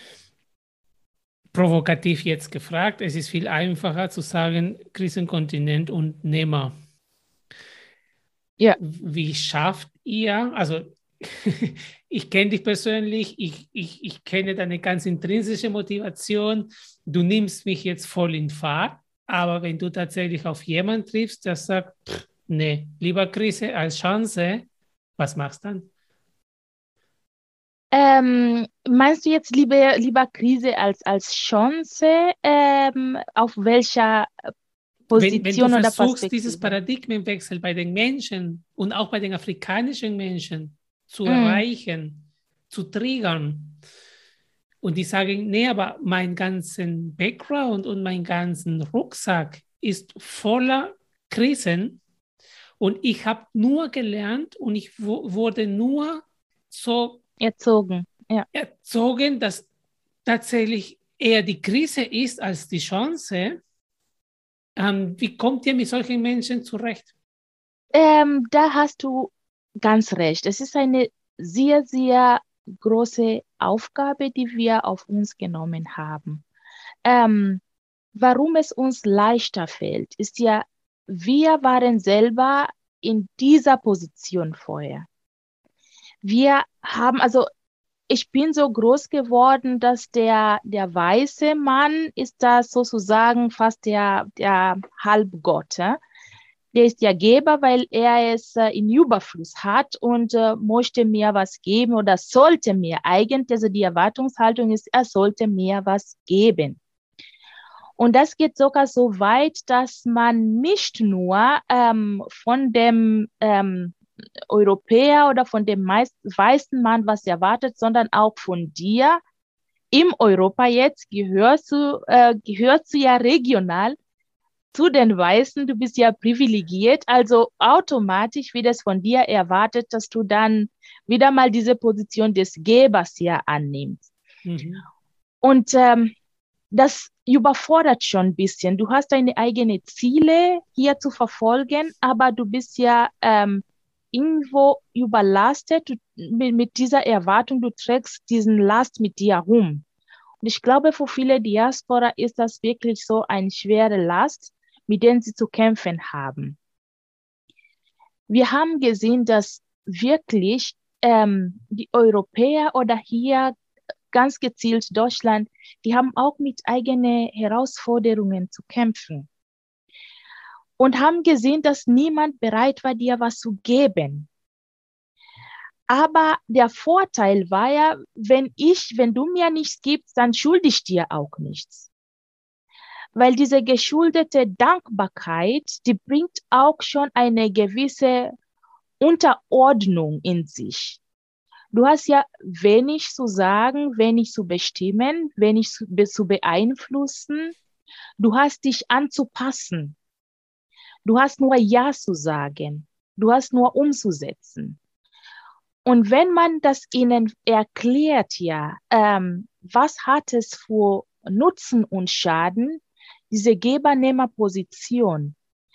Provokativ jetzt gefragt, es ist viel einfacher zu sagen Krisenkontinent und Nehmer. Ja. Wie schafft ihr, also ich kenne dich persönlich, ich, ich, ich kenne deine ganz intrinsische Motivation, du nimmst mich jetzt voll in Fahrt, aber wenn du tatsächlich auf jemanden triffst, der sagt, pff, nee, lieber Krise als Chance, was machst du dann? Ähm, meinst du jetzt lieber, lieber Krise als, als Chance? Ähm, auf welcher Wenn, wenn du Position oder versuchst, dieses Perspektive? Paradigmenwechsel bei den Menschen und auch bei den afrikanischen Menschen zu Mm, erreichen, zu triggern, und die sagen, nee, aber mein ganzen Background und mein ganzen Rucksack ist voller Krisen und ich habe nur gelernt und ich wurde nur so erzogen, ja. erzogen, dass tatsächlich eher die Krise ist als die Chance. Ähm, wie kommt ihr mit solchen Menschen zurecht? Ähm, da hast du ganz recht. Es ist eine sehr, sehr große Aufgabe, die wir auf uns genommen haben. Ähm, warum es uns leichter fällt, ist ja, wir waren selber in dieser Position vorher. Wir haben, also ich bin so groß geworden, dass der, der weiße Mann ist da sozusagen fast der, der Halbgott. Ja? Der ist ja Geber, weil er es äh, in Überfluss hat und äh, möchte mir was geben oder sollte mir eigentlich, also die Erwartungshaltung ist, er sollte mir was geben. Und das geht sogar so weit, dass man nicht nur ähm, von dem ähm, Europäer oder von dem meist, weißen Mann was erwartet, sondern auch von dir im Europa jetzt gehörst du, äh, gehörst du ja regional zu den Weißen, du bist ja privilegiert, also automatisch wird es von dir erwartet, dass du dann wieder mal diese Position des Gebers hier annimmst. Mhm. Und ähm, das überfordert schon ein bisschen. Du hast deine eigenen Ziele hier zu verfolgen, aber du bist ja ähm, irgendwo überlastet du, mit, mit dieser Erwartung, du trägst diesen Last mit dir rum. Und ich glaube, für viele Diaspora ist das wirklich so eine schwere Last, mit der sie zu kämpfen haben. Wir haben gesehen, dass wirklich ähm, die Europäer oder hier ganz gezielt Deutschland, die haben auch mit eigenen Herausforderungen zu kämpfen und haben gesehen, dass niemand bereit war, dir was zu geben. Aber der Vorteil war ja, wenn ich, wenn du mir nichts gibst, dann schulde ich dir auch nichts. Weil diese geschuldete Dankbarkeit, die bringt auch schon eine gewisse Unterordnung in sich. Du hast ja wenig zu sagen, wenig zu bestimmen, wenig zu, zu beeinflussen. Du hast dich anzupassen. Du hast nur Ja zu sagen. Du hast nur umzusetzen. Und wenn man das ihnen erklärt, ja, ähm, was hat es für Nutzen und Schaden, diese Gebernehmerposition,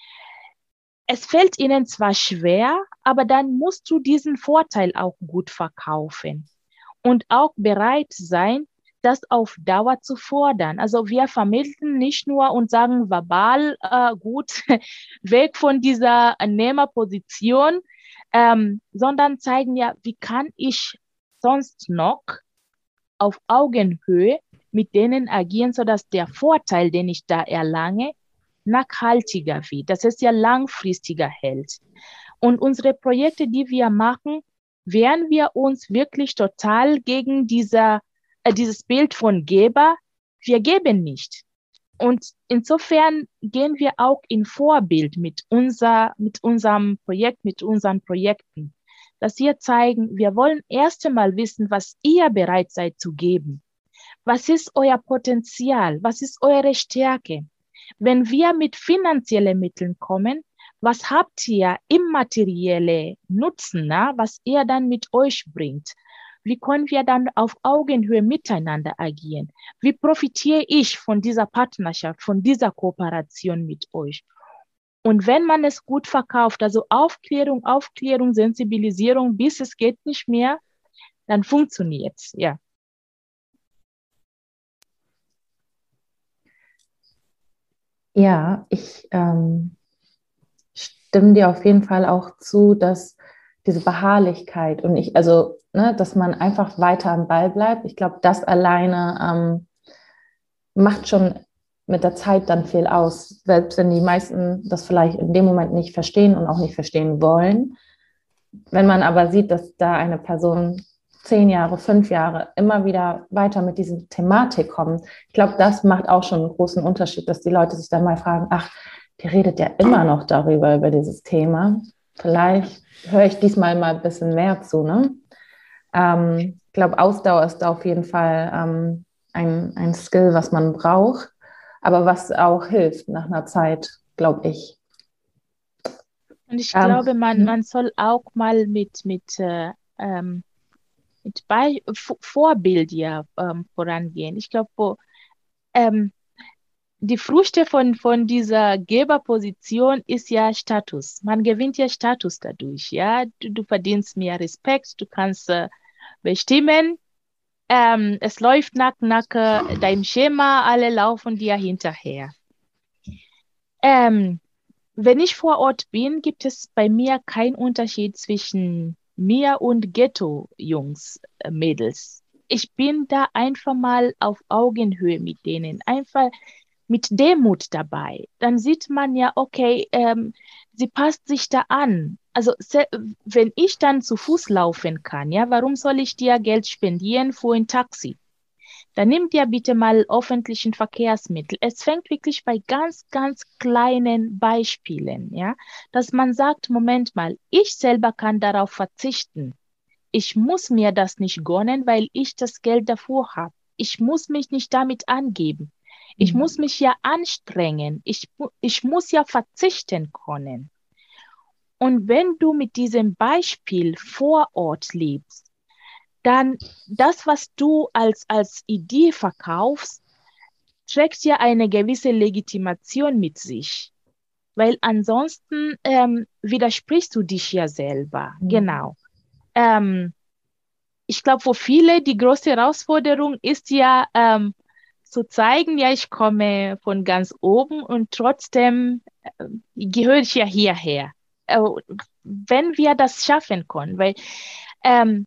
es fällt ihnen zwar schwer, aber dann musst du diesen Vorteil auch gut verkaufen und auch bereit sein, das auf Dauer zu fordern. Also wir vermitteln nicht nur und sagen verbal, äh, gut, weg von dieser Nehmerposition, ähm, sondern zeigen ja, wie kann ich sonst noch auf Augenhöhe mit denen agieren, sodass der Vorteil, den ich da erlange, nachhaltiger wird, dass es ja langfristiger hält. Und unsere Projekte, die wir machen, wehren wir uns wirklich total gegen dieser, äh, dieses Bild von Geber. Wir geben nicht. Und insofern gehen wir auch in Vorbild mit, unser, mit unserem Projekt, mit unseren Projekten, dass wir zeigen, wir wollen erst einmal wissen, was ihr bereit seid zu geben. Was ist euer Potenzial? Was ist eure Stärke? Wenn wir mit finanziellen Mitteln kommen, was habt ihr immaterielle Nutzen, na, was ihr dann mit euch bringt? Wie können wir dann auf Augenhöhe miteinander agieren? Wie profitiere ich von dieser Partnerschaft, von dieser Kooperation mit euch? Und wenn man es gut verkauft, also Aufklärung, Aufklärung, Sensibilisierung, bis es geht nicht mehr, dann funktioniert es, ja. Ja, ich ähm, stimme dir auf jeden Fall auch zu, dass diese Beharrlichkeit und ich, also, ne, dass man einfach weiter am Ball bleibt. Ich glaube, das alleine ähm, macht schon mit der Zeit dann viel aus. Selbst wenn die meisten das vielleicht in dem Moment nicht verstehen und auch nicht verstehen wollen. Wenn man aber sieht, dass da eine Person zehn Jahre, fünf Jahre immer wieder weiter mit dieser Thematik kommt, ich glaube, das macht auch schon einen großen Unterschied, dass die Leute sich dann mal fragen, ach, die redet ja immer noch darüber, über dieses Thema. Vielleicht höre ich diesmal mal ein bisschen mehr zu. Ne? Ähm, ich glaube, Ausdauer ist da auf jeden Fall ähm, ein, ein Skill, was man braucht, aber was auch hilft nach einer Zeit, glaube ich. Und ich Ähm, glaube, man, man soll auch mal mit, mit, äh, ähm, mit Be V- Vorbild ja ähm, vorangehen. Ich glaube, wo, ähm, die Früchte von, von dieser Geberposition ist ja Status. Man gewinnt ja Status dadurch, ja. Du, du verdienst mehr Respekt, du kannst äh, bestimmen. Ähm, es läuft nach, nach äh, deinem Schema, alle laufen dir hinterher. Ähm, Wenn ich vor Ort bin, gibt es bei mir keinen Unterschied zwischen mir und Ghetto-Jungs, äh, Mädels. Ich bin da einfach mal auf Augenhöhe mit denen, einfach mit Demut dabei. Dann sieht man ja, okay, ähm, sie passt sich da an. Also se- wenn ich dann zu Fuß laufen kann, ja, warum soll ich dir Geld spendieren für ein Taxi? Dann nimm dir bitte mal öffentlichen Verkehrsmittel. Es fängt wirklich bei ganz, ganz kleinen Beispielen, ja, dass man sagt, Moment mal, ich selber kann darauf verzichten. Ich muss mir das nicht gönnen, weil ich das Geld dafür habe. Ich muss mich nicht damit angeben. Ich Mhm. muss mich ja anstrengen. Ich, mu- ich muss ja verzichten können. Und wenn du mit diesem Beispiel vor Ort lebst, dann das, was du als, als Idee verkaufst, trägt ja eine gewisse Legitimation mit sich. Weil ansonsten ähm, widersprichst du dich ja selber. Mhm. Genau. Ähm, ich glaube, für viele die große Herausforderung ist ja ähm, zu zeigen, ja, ich komme von ganz oben und trotzdem äh, gehöre ich ja hierher. Äh, wenn wir das schaffen können, weil ähm,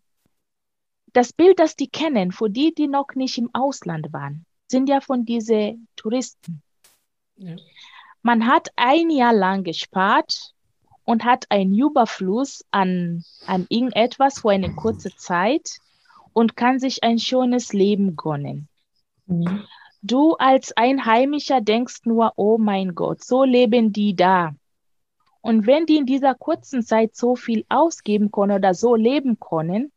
das Bild, das die kennen, für die, die noch nicht im Ausland waren, sind ja von diesen Touristen. Ja. Man hat ein Jahr lang gespart und hat einen Überfluss an, an irgendetwas für eine kurze Zeit und kann sich ein schönes Leben gönnen. Mhm. Du als Einheimischer denkst nur, oh mein Gott, so leben die da. Und wenn die in dieser kurzen Zeit so viel ausgeben können oder so leben können,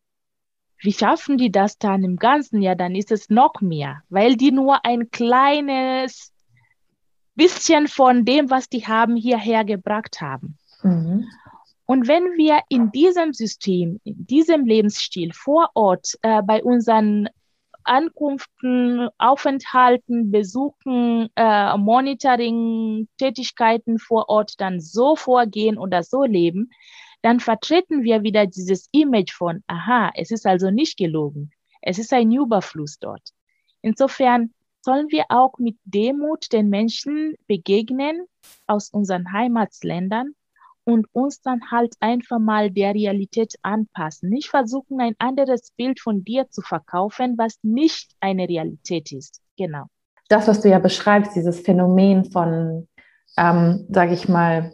wie schaffen die das dann im ganzen Jahr? Dann ist es noch mehr, weil die nur ein kleines bisschen von dem, was die haben, hierher gebracht haben. Mhm. Und wenn wir in diesem System, in diesem Lebensstil vor Ort äh, bei unseren Ankunften, Aufenthalten, Besuchen, äh, Monitoring, Tätigkeiten vor Ort dann so vorgehen oder so leben, dann vertreten wir wieder dieses Image von, aha, es ist also nicht gelogen. Es ist ein Überfluss dort. Insofern sollen wir auch mit Demut den Menschen begegnen aus unseren Heimatländern und uns dann halt einfach mal der Realität anpassen. Nicht versuchen, ein anderes Bild von dir zu verkaufen, was nicht eine Realität ist. Genau. Das, was du ja beschreibst, dieses Phänomen von, ähm, sage ich mal,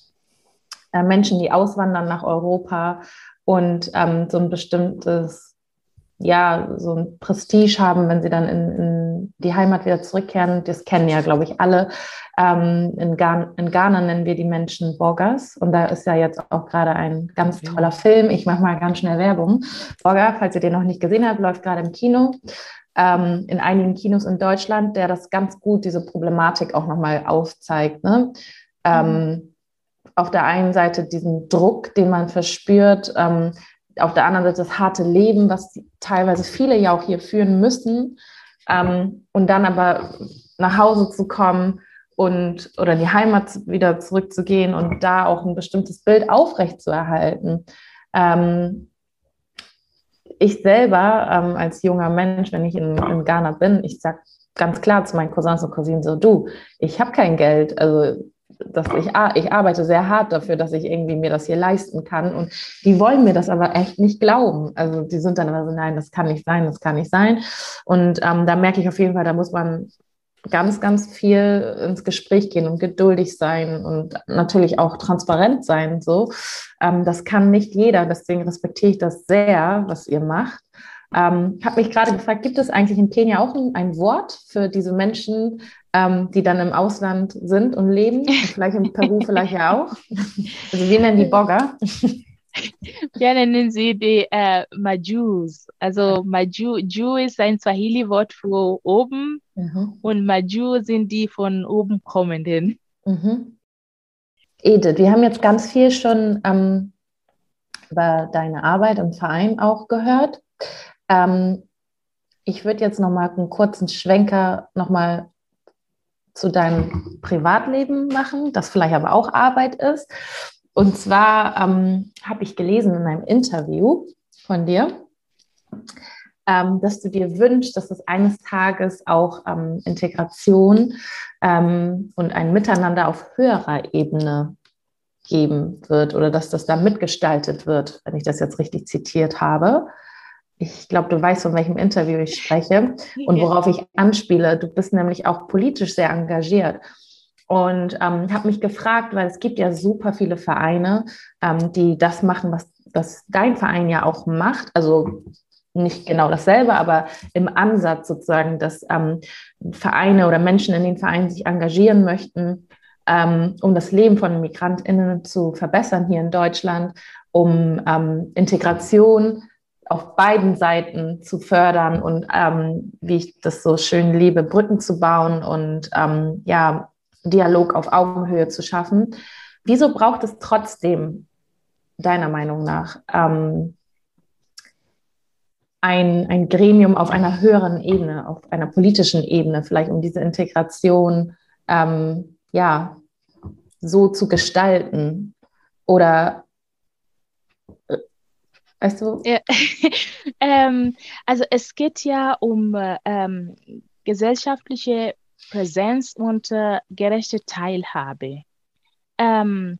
äh, Menschen, die auswandern nach Europa und ähm, so ein bestimmtes, ja, so ein Prestige haben, wenn sie dann in, in die Heimat wieder zurückkehren. Das kennen ja, glaube ich, alle. Ähm, in, Ghana, in Ghana nennen wir die Menschen Boggers und da ist ja jetzt auch gerade ein ganz Okay. toller Film. Ich mache mal ganz schnell Werbung. Bogger, falls ihr den noch nicht gesehen habt, läuft gerade im Kino. Ähm, in einigen Kinos in Deutschland, der das ganz gut, diese Problematik auch nochmal aufzeigt. Ne? Ähm, auf der einen Seite diesen Druck, den man verspürt, ähm, auf der anderen Seite das harte Leben, was teilweise viele ja auch hier führen müssen, ähm, und dann aber nach Hause zu kommen und oder in die Heimat wieder zurückzugehen und da auch ein bestimmtes Bild aufrechtzuerhalten. Ähm, ich selber ähm, als junger Mensch, wenn ich in, in Ghana bin, ich sage ganz klar zu meinen Cousins und Cousinen so, du, ich habe kein Geld, also dass ich, ich arbeite sehr hart dafür, dass ich irgendwie mir das hier leisten kann. Und die wollen mir das aber echt nicht glauben. Also die sind dann immer so, nein, das kann nicht sein, das kann nicht sein. Und ähm, da merke ich auf jeden Fall, da muss man ganz, ganz viel ins Gespräch gehen und geduldig sein und natürlich auch transparent sein. So. Ähm, das kann nicht jeder, deswegen respektiere ich das sehr, was ihr macht. Ähm, ich habe mich gerade gefragt, gibt es eigentlich in Kenia auch ein, ein Wort für diese Menschen, ähm, die dann im Ausland sind und leben? Und vielleicht in Peru vielleicht ja auch. Also wir nennen die Bogger. Wir nennen sie die äh, Majus. Also Maju, Ju ist ein Swahili-Wort für oben mhm. und Maju sind die von oben kommenden. Mhm. Edith, wir haben jetzt ganz viel schon ähm, über deine Arbeit im Verein auch gehört. Ähm, ich würde jetzt noch mal einen kurzen Schwenker noch mal zu deinem Privatleben machen, das vielleicht aber auch Arbeit ist. Und zwar ähm, habe ich gelesen in einem Interview von dir, ähm, dass du dir wünschst, dass es eines Tages auch ähm, Integration ähm, und ein Miteinander auf höherer Ebene geben wird oder dass das da mitgestaltet wird, wenn ich das jetzt richtig zitiert habe. Ich glaube, du weißt, von welchem Interview ich spreche und worauf ich anspiele. Du bist nämlich auch politisch sehr engagiert. Und ähm, habe mich gefragt, weil es gibt ja super viele Vereine, ähm, die das machen, was, was dein Verein ja auch macht. Also nicht genau dasselbe, aber im Ansatz sozusagen, dass ähm, Vereine oder Menschen in den Vereinen sich engagieren möchten, ähm, um das Leben von MigrantInnen zu verbessern hier in Deutschland, um ähm, Integration auf beiden Seiten zu fördern und, ähm, wie ich das so schön liebe, Brücken zu bauen und ähm, ja, Dialog auf Augenhöhe zu schaffen. Wieso braucht es trotzdem, deiner Meinung nach, ähm, ein, ein Gremium auf einer höheren Ebene, auf einer politischen Ebene, vielleicht um diese Integration ähm, ja, so zu gestalten? Oder weißt du? Ja. ähm, also es geht ja um ähm, gesellschaftliche Präsenz und äh, gerechte Teilhabe. Ähm,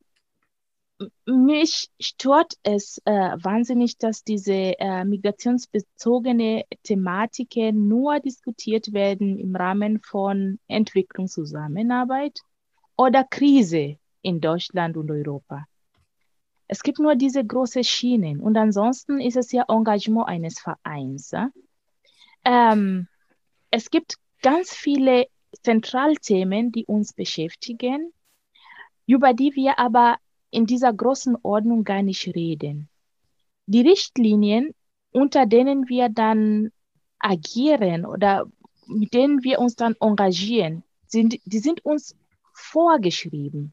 mich stört es äh, wahnsinnig, dass diese äh, migrationsbezogene Thematiken nur diskutiert werden im Rahmen von Entwicklungszusammenarbeit oder Krise in Deutschland und Europa. Es gibt nur diese großen Schienen und ansonsten ist es ja Engagement eines Vereins. Ja? Ähm, es gibt ganz viele Zentralthemen, die uns beschäftigen, über die wir aber in dieser großen Ordnung gar nicht reden. Die Richtlinien, unter denen wir dann agieren oder mit denen wir uns dann engagieren, sind, die sind uns vorgeschrieben,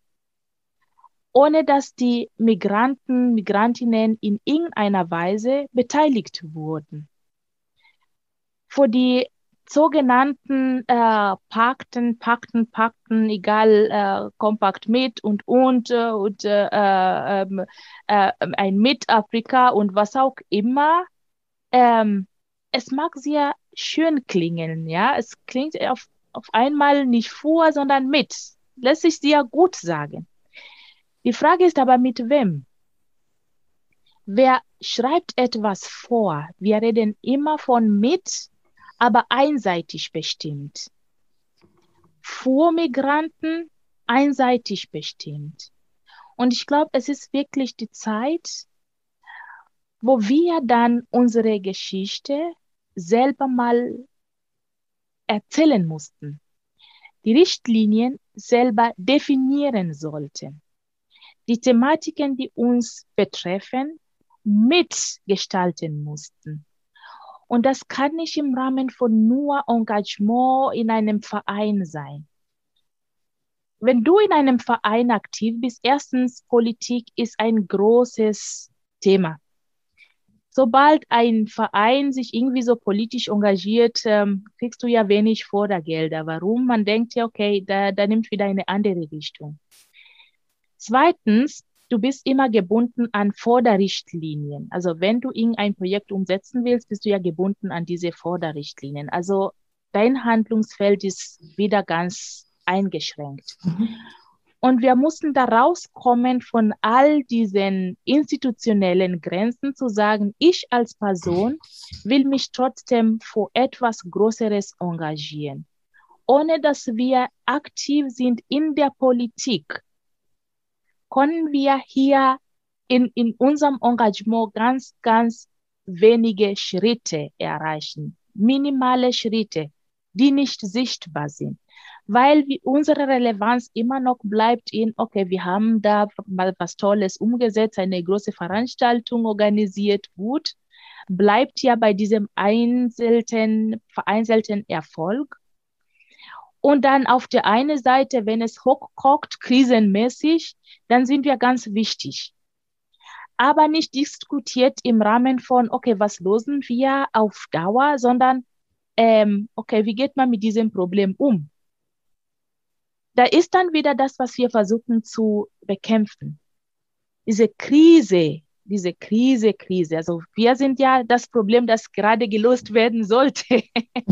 ohne dass die Migranten, Migrantinnen in irgendeiner Weise beteiligt wurden. Für die sogenannten äh, Pakten, Pakten, Pakten, egal, äh, Kompakt mit und und äh, und äh, äh, äh, ein mit Afrika und was auch immer. Ähm, es mag sehr schön klingen, ja. Es klingt auf, auf einmal nicht vor, sondern mit. Lässt sich sehr gut sagen. Die Frage ist aber, mit wem? Wer schreibt etwas vor? Wir reden immer von mit, aber einseitig bestimmt. Für Migranten einseitig bestimmt. Und ich glaube, es ist wirklich die Zeit, wo wir dann unsere Geschichte selber mal erzählen mussten. Die Richtlinien selber definieren sollten. Die Thematiken, die uns betreffen, mitgestalten mussten. Und das kann nicht im Rahmen von nur Engagement in einem Verein sein. Wenn du in einem Verein aktiv bist, erstens, Politik ist ein großes Thema. Sobald ein Verein sich irgendwie so politisch engagiert, ähm, kriegst du ja wenig Fördergelder. Warum? Man denkt ja, okay, da, da nimmt wieder eine andere Richtung. Zweitens, du bist immer gebunden an Förderrichtlinien. Also wenn du irgendein Projekt umsetzen willst, bist du ja gebunden an diese Förderrichtlinien. Also dein Handlungsfeld ist wieder ganz eingeschränkt. Mhm. Und wir mussten da rauskommen von all diesen institutionellen Grenzen zu sagen, ich als Person will mich trotzdem für etwas Größeres engagieren, ohne dass wir aktiv sind in der Politik. Können wir hier in, in unserem Engagement ganz, ganz wenige Schritte erreichen, minimale Schritte, die nicht sichtbar sind. Weil wir, unsere Relevanz immer noch bleibt in, okay, wir haben da mal was Tolles umgesetzt, eine große Veranstaltung organisiert, gut, bleibt ja bei diesem einzelnen, vereinzelten Erfolg. Und dann auf der einen Seite, wenn es hochkocht, krisenmäßig, dann sind wir ganz wichtig. Aber nicht diskutiert im Rahmen von, okay, was lösen wir auf Dauer, sondern, ähm, okay, wie geht man mit diesem Problem um? Da ist dann wieder das, was wir versuchen zu bekämpfen. Diese Krise, diese Krise, Krise. Also wir sind ja das Problem, das gerade gelöst werden sollte.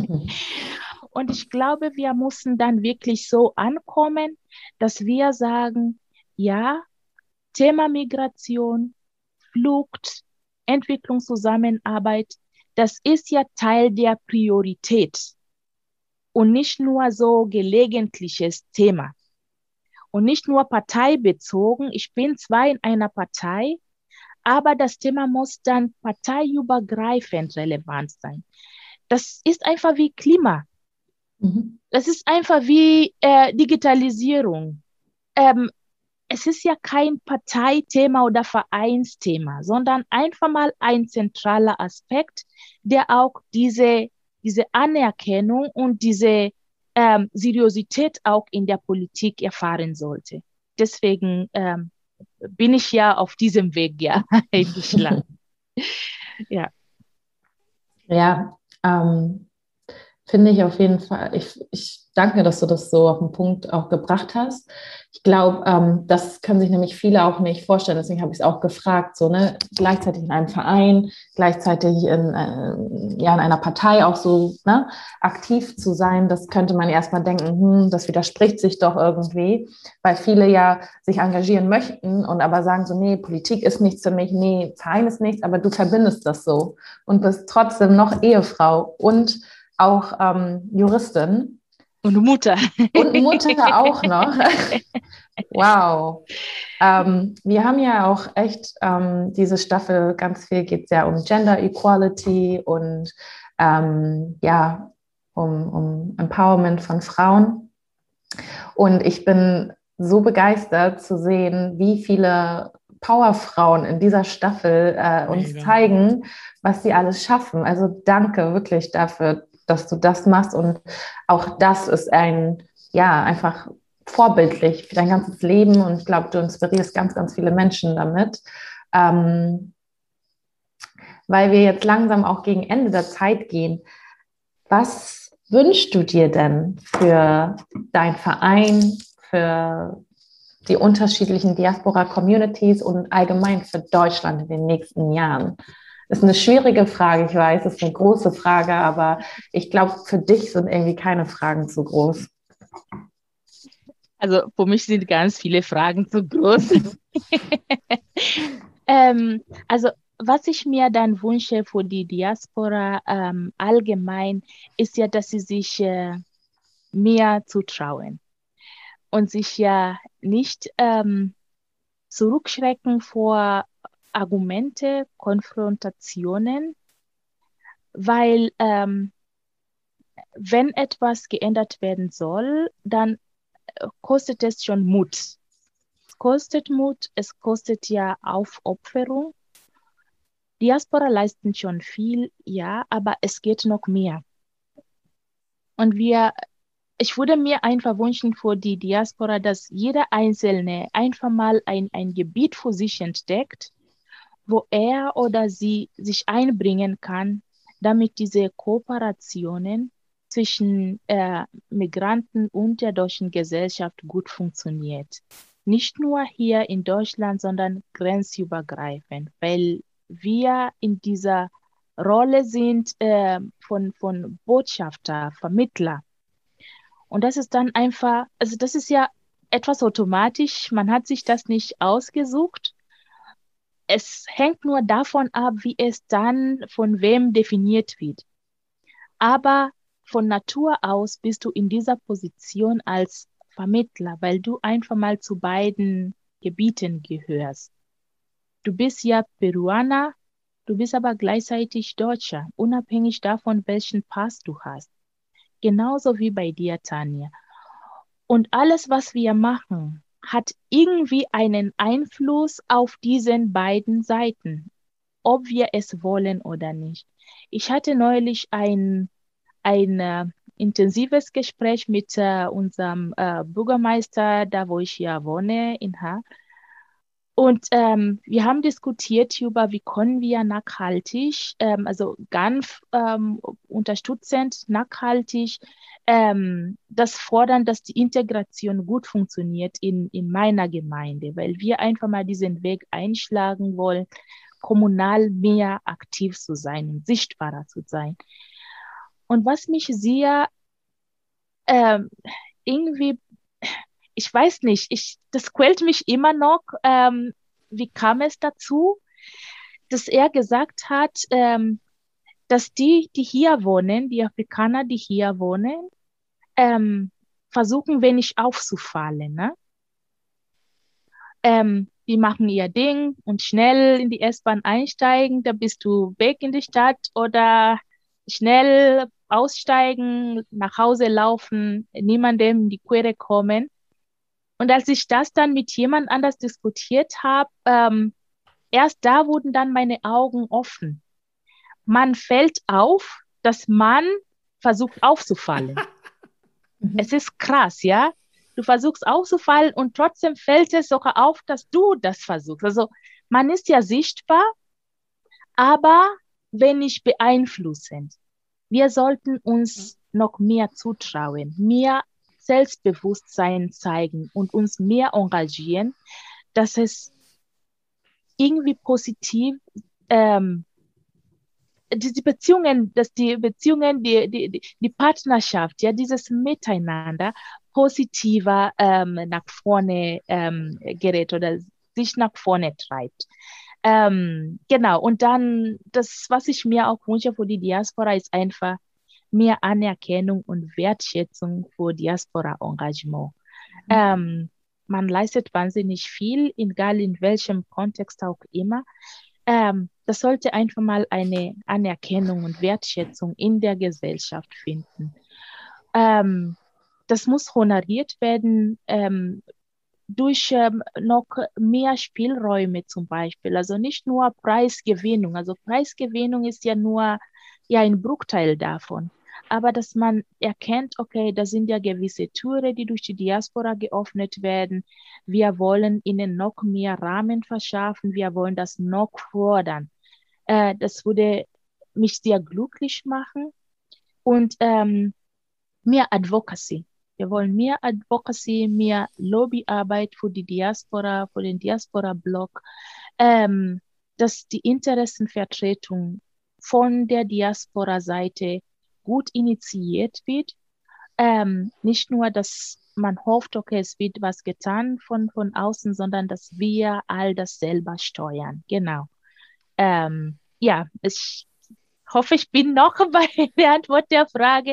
Und ich glaube, wir müssen dann wirklich so ankommen, dass wir sagen, ja, Thema Migration, Flucht, Entwicklungszusammenarbeit, das ist ja Teil der Priorität. Und nicht nur so gelegentliches Thema. Und nicht nur parteibezogen. Ich bin zwar in einer Partei, aber das Thema muss dann parteiübergreifend relevant sein. Das ist einfach wie Klima. Mhm. Das ist einfach wie äh, Digitalisierung. Ähm, es ist ja kein Parteithema oder Vereinsthema, sondern einfach mal ein zentraler Aspekt, der auch diese diese Anerkennung und diese ähm, Seriosität auch in der Politik erfahren sollte. Deswegen ähm, bin ich ja auf diesem Weg ja eingeschlagen. Ja. Ja, ähm, finde ich auf jeden Fall. Ich, ich danke, dass du das so auf den Punkt auch gebracht hast. Ich glaube, ähm, das können sich nämlich viele auch nicht vorstellen. Deswegen habe ich es auch gefragt, so, ne, gleichzeitig in einem Verein, gleichzeitig in, äh, ja, in einer Partei auch so, ne, aktiv zu sein. Das könnte man erstmal denken, hm, das widerspricht sich doch irgendwie, weil viele ja sich engagieren möchten und aber sagen so, nee, Politik ist nichts für mich, nee, Verein ist nichts, aber du verbindest das so und bist trotzdem noch Ehefrau und auch ähm, Juristin. Und Mutter. Und Mutter auch noch. Wow. Ähm, wir haben ja auch echt ähm, diese Staffel, ganz viel geht es ja um Gender Equality und ähm, ja, um, um Empowerment von Frauen. Und ich bin so begeistert zu sehen, wie viele Powerfrauen in dieser Staffel äh, uns Mega. zeigen, was sie alles schaffen. Also danke wirklich dafür, dass du das machst. Und auch das ist ein, ja, einfach vorbildlich für dein ganzes Leben. Und ich glaube, du inspirierst ganz, ganz viele Menschen damit. Ähm, weil wir jetzt langsam auch gegen Ende der Zeit gehen. Was wünschst du dir denn für deinen Verein, für die unterschiedlichen Diaspora-Communities und allgemein für Deutschland in den nächsten Jahren? Das ist eine schwierige Frage, ich weiß, es ist eine große Frage, aber ich glaube, für dich sind irgendwie keine Fragen zu groß. Also für mich sind ganz viele Fragen zu groß. ähm, also was ich mir dann wünsche für die Diaspora ähm, allgemein, ist ja, dass sie sich äh, mehr zutrauen und sich ja nicht ähm, zurückschrecken vor Argumente, Konfrontationen, weil ähm, wenn etwas geändert werden soll, dann kostet es schon Mut. Es kostet Mut, es kostet ja Aufopferung. Diaspora leisten schon viel, ja, aber es geht noch mehr. Und wir, ich würde mir einfach wünschen für die Diaspora, dass jeder Einzelne einfach mal ein, ein Gebiet für sich entdeckt, wo er oder sie sich einbringen kann, damit diese Kooperationen zwischen äh, Migranten und der deutschen Gesellschaft gut funktioniert. Nicht nur hier in Deutschland, sondern grenzübergreifend, weil wir in dieser Rolle sind äh, von, von Botschafter, Vermittler. Und das ist dann einfach, also das ist ja etwas automatisch, man hat sich das nicht ausgesucht. Es hängt nur davon ab, wie es dann von wem definiert wird. Aber von Natur aus bist du in dieser Position als Vermittler, weil du einfach mal zu beiden Gebieten gehörst. Du bist ja Peruaner, du bist aber gleichzeitig Deutscher, unabhängig davon, welchen Pass du hast. Genauso wie bei dir, Tanja. Und alles, was wir machen, hat irgendwie einen Einfluss auf diesen beiden Seiten, ob wir es wollen oder nicht. Ich hatte neulich ein, ein äh, intensives Gespräch mit äh, unserem äh, Bürgermeister, da wo ich hier wohne, in Haar. Und ähm, wir haben diskutiert über, wie können wir nachhaltig, ähm, also ganz ähm, unterstützend, nachhaltig ähm, das fordern, dass die Integration gut funktioniert in, in meiner Gemeinde, weil wir einfach mal diesen Weg einschlagen wollen, kommunal mehr aktiv zu sein und sichtbarer zu sein. Und was mich sehr ähm, irgendwie, ich weiß nicht, ich, das quält mich immer noch. Ähm, wie kam es dazu, dass er gesagt hat, ähm, dass die, die hier wohnen, die Afrikaner, die hier wohnen, ähm, versuchen wenig aufzufallen, ne? Ähm, die machen ihr Ding und schnell in die S-Bahn einsteigen, da bist du weg in die Stadt oder schnell aussteigen, nach Hause laufen, niemandem in die Quere kommen. Und als ich das dann mit jemand anders diskutiert habe, ähm, erst da wurden dann meine Augen offen. Man fällt auf, dass man versucht aufzufallen. Es ist krass, ja? Du versuchst aufzufallen und trotzdem fällt es sogar auf, dass du das versuchst. Also man ist ja sichtbar, aber wenig beeinflussend. Wir sollten uns noch mehr zutrauen, mehr Selbstbewusstsein zeigen und uns mehr engagieren, dass es irgendwie positiv ähm, die, die Beziehungen, dass die Beziehungen, die, die, die Partnerschaft, ja, dieses Miteinander positiver ähm, nach vorne ähm, gerät oder sich nach vorne treibt. Ähm, genau, und dann das, was ich mir auch wünsche für die Diaspora, ist einfach mehr Anerkennung und Wertschätzung für Diaspora-Engagement. Mhm. Ähm, man leistet wahnsinnig viel, egal in welchem Kontext auch immer. Ähm, das sollte einfach mal eine Anerkennung und Wertschätzung in der Gesellschaft finden. Ähm, das muss honoriert werden ähm, durch ähm, noch mehr Spielräume zum Beispiel. Also nicht nur Preisgewinnung. Also Preisgewinnung ist ja nur ja, ein Bruchteil davon. Aber dass man erkennt, okay, da sind ja gewisse Türen, die durch die Diaspora geöffnet werden. Wir wollen ihnen noch mehr Rahmen verschaffen. Wir wollen das noch fordern. Äh, das würde mich sehr glücklich machen. Und ähm, mehr Advocacy. Wir wollen mehr Advocacy, mehr Lobbyarbeit für die Diaspora, für den Diaspora-Block, ähm, dass die Interessenvertretung von der Diaspora-Seite gut initiiert wird. Ähm, nicht nur, dass man hofft, okay, es wird was getan von, von außen, sondern dass wir all das selber steuern. Genau. Ähm, ja, ich hoffe, ich bin noch bei der Antwort der Frage.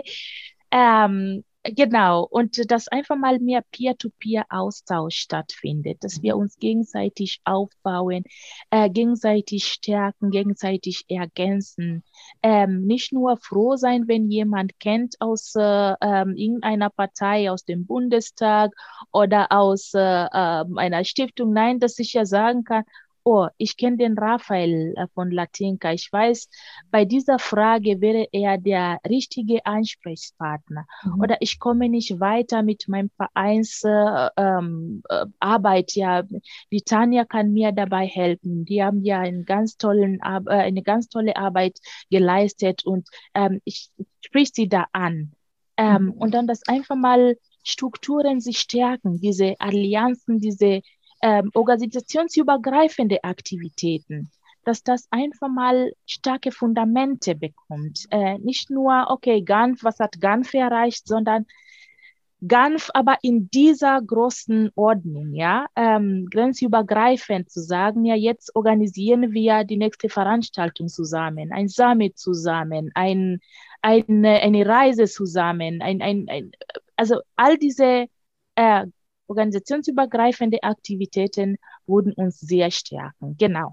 Ähm, genau, und dass einfach mal mehr Peer-to-Peer-Austausch stattfindet, dass wir uns gegenseitig aufbauen, äh, gegenseitig stärken, gegenseitig ergänzen. Ähm, nicht nur froh sein, wenn jemand kennt aus äh, ähm, irgendeiner Partei, aus dem Bundestag oder aus äh, äh, einer Stiftung. Nein, dass ich ja sagen kann, oh, ich kenne den Raphael äh, von Latinka. Ich weiß, bei dieser Frage wäre er der richtige Ansprechpartner. Mhm. Oder ich komme nicht weiter mit meinem Vereins äh, ähm, äh, Arbeit. Ja, die Tanja kann mir dabei helfen. Die haben ja einen ganz tollen, äh, eine ganz tolle Arbeit geleistet und ähm, ich sprich sie da an. Ähm, mhm. Und dann, dass einfach mal Strukturen sich stärken, diese Allianzen, diese Ähm, organisationsübergreifende Aktivitäten, dass das einfach mal starke Fundamente bekommt. Äh, nicht nur, okay, G A N F, was hat G A N F erreicht, sondern Ganz aber in dieser großen Ordnung, ja, ähm, grenzübergreifend zu sagen, ja, jetzt organisieren wir die nächste Veranstaltung zusammen, ein Summit zusammen, ein, eine, eine Reise zusammen, ein, ein, ein, also all diese äh, organisationsübergreifende Aktivitäten würden uns sehr stärken. Genau.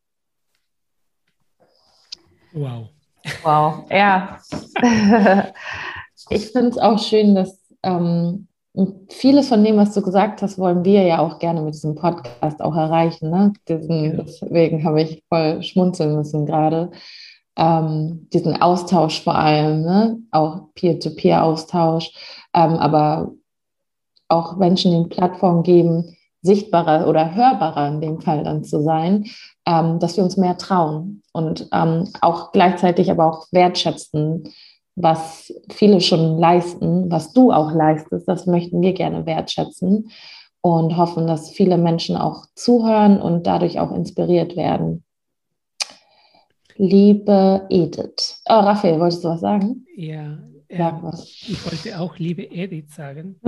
Wow. Wow, ja. Ich finde es auch schön, dass ähm, vieles von dem, was du gesagt hast, wollen wir ja auch gerne mit diesem Podcast auch erreichen. Ne? Diesen, Ja. Deswegen habe ich voll schmunzeln müssen gerade. Ähm, diesen Austausch vor allem, ne? Auch Peer-to-Peer-Austausch, ähm, aber auch Menschen den Plattform geben, sichtbarer oder hörbarer in dem Fall dann zu sein, ähm, dass wir uns mehr trauen und ähm, auch gleichzeitig aber auch wertschätzen, was viele schon leisten, was du auch leistest, das möchten wir gerne wertschätzen und hoffen, dass viele Menschen auch zuhören und dadurch auch inspiriert werden. Liebe Edith. Oh, Raphael, wolltest du was sagen? Ja, Sag ähm, was. ich wollte auch liebe Edith sagen.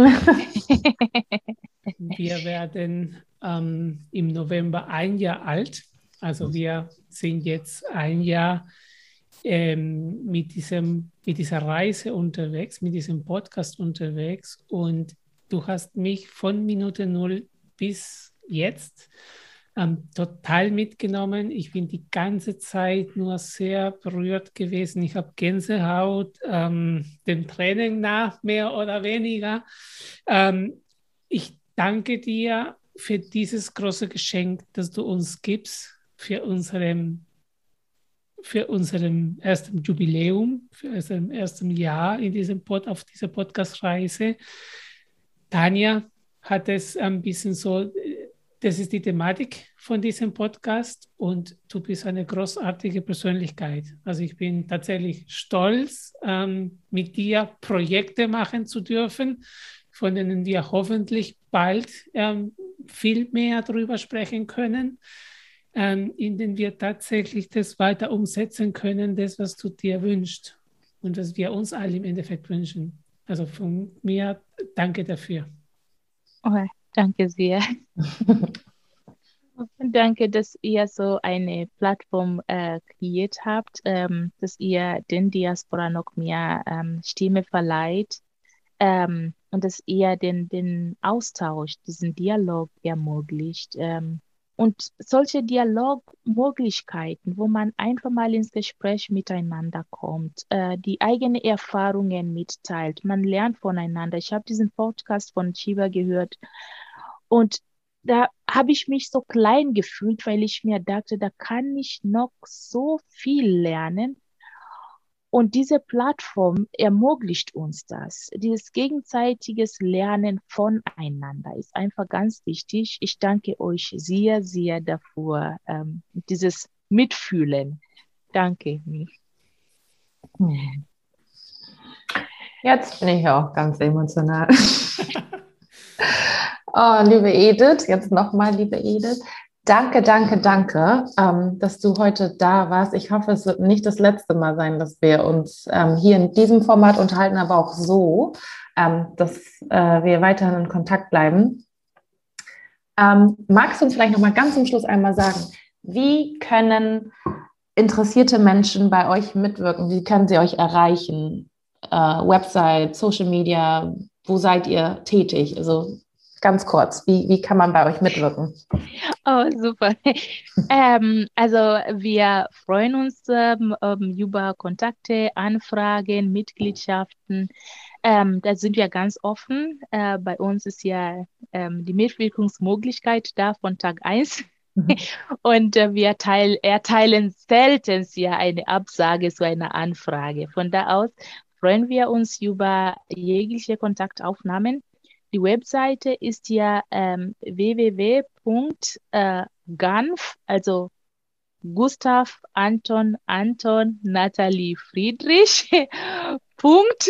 Wir werden ähm, im November ein Jahr alt. Also wir sind jetzt ein Jahr ähm, mit, diesem, mit dieser Reise unterwegs, mit diesem Podcast unterwegs. Und du hast mich von Minute Null bis jetzt ähm, total mitgenommen. Ich bin die ganze Zeit nur sehr berührt gewesen. Ich habe Gänsehaut, ähm, dem Training nach, mehr oder weniger. Ähm, ich danke dir für dieses große Geschenk, das du uns gibst, für unserem, für unserem ersten Jubiläum, für unserem ersten Jahr in diesem Pod, auf dieser Podcast-Reise. Tanja hat es ein bisschen so, das ist die Thematik von diesem Podcast und du bist eine großartige Persönlichkeit. Also ich bin tatsächlich stolz, ähm, mit dir Projekte machen zu dürfen, von denen wir hoffentlich bald ähm, viel mehr darüber sprechen können, ähm, in denen wir tatsächlich das weiter umsetzen können, das, was du dir wünschst und was wir uns alle im Endeffekt wünschen. Also von mir danke dafür. Oh, danke sehr. Danke, dass ihr so eine Plattform äh, kreiert habt, ähm, dass ihr den Diaspora noch mehr ähm, Stimme verleiht ähm, und dass ihr den, den Austausch, diesen Dialog ermöglicht. Ähm, und solche Dialogmöglichkeiten, wo man einfach mal ins Gespräch miteinander kommt, äh, die eigenen Erfahrungen mitteilt, man lernt voneinander. Ich habe diesen Podcast von Chiva gehört und da habe ich mich so klein gefühlt, weil ich mir dachte, da kann ich noch so viel lernen. Und diese Plattform ermöglicht uns das. Dieses gegenseitiges Lernen voneinander ist einfach ganz wichtig. Ich danke euch sehr, sehr dafür. Ähm, dieses Mitfühlen. Danke. Jetzt bin ich auch ganz emotional. Oh, liebe Edith, jetzt nochmal, liebe Edith. Danke, danke, danke, ähm, dass du heute da warst. Ich hoffe, es wird nicht das letzte Mal sein, dass wir uns ähm, hier in diesem Format unterhalten, aber auch so, ähm, dass äh, wir weiterhin in Kontakt bleiben. Ähm, magst du uns vielleicht nochmal ganz zum Schluss einmal sagen, wie können interessierte Menschen bei euch mitwirken? Wie können sie euch erreichen? Äh, Website, Social Media, wo seid ihr tätig? Also ganz kurz, wie, wie kann man bei euch mitwirken? Oh, super. ähm, also wir freuen uns ähm, über Kontakte, Anfragen, Mitgliedschaften. Ähm, da sind wir ganz offen. Äh, bei uns ist ja ähm, die Mitwirkungsmöglichkeit da von Tag eins. Und äh, wir teil, erteilen selten ja eine Absage zu einer Anfrage. Von da aus freuen wir uns über jegliche Kontaktaufnahmen. Die Webseite ist ja ähm, w w w punkt ganf, also Gustav Anton Anton Nathalie Friedrich, Punkt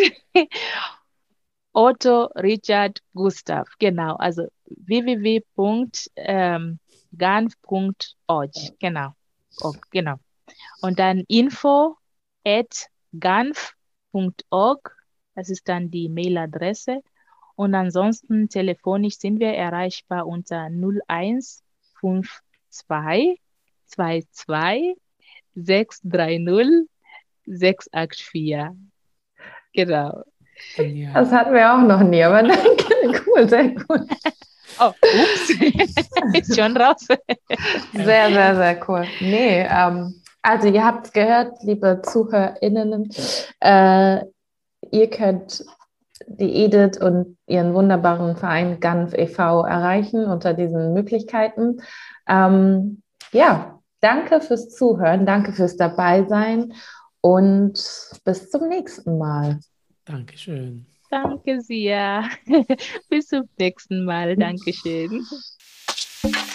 Otto Richard Gustav. Genau, also w w w punkt ganf punkt org. Genau. Oh, genau. Und dann info at ganf punkt org. Das ist dann die Mailadresse. Und ansonsten telefonisch sind wir erreichbar unter null eins fünf zwei zwei zwei sechs drei null sechs acht vier. Genau. Genial. Das hatten wir auch noch nie, aber danke. Cool, sehr cool. Oh, ups. Ist schon raus. Sehr, sehr, sehr cool. Nee, ähm, also ihr habt es gehört, liebe ZuhörerInnen, äh, ihr könnt die Edith und ihren wunderbaren Verein G A N F e V erreichen unter diesen Möglichkeiten. Ähm, ja, danke fürs Zuhören, danke fürs Dabeisein und bis zum nächsten Mal. Dankeschön. Danke sehr. Bis zum nächsten Mal. Dankeschön.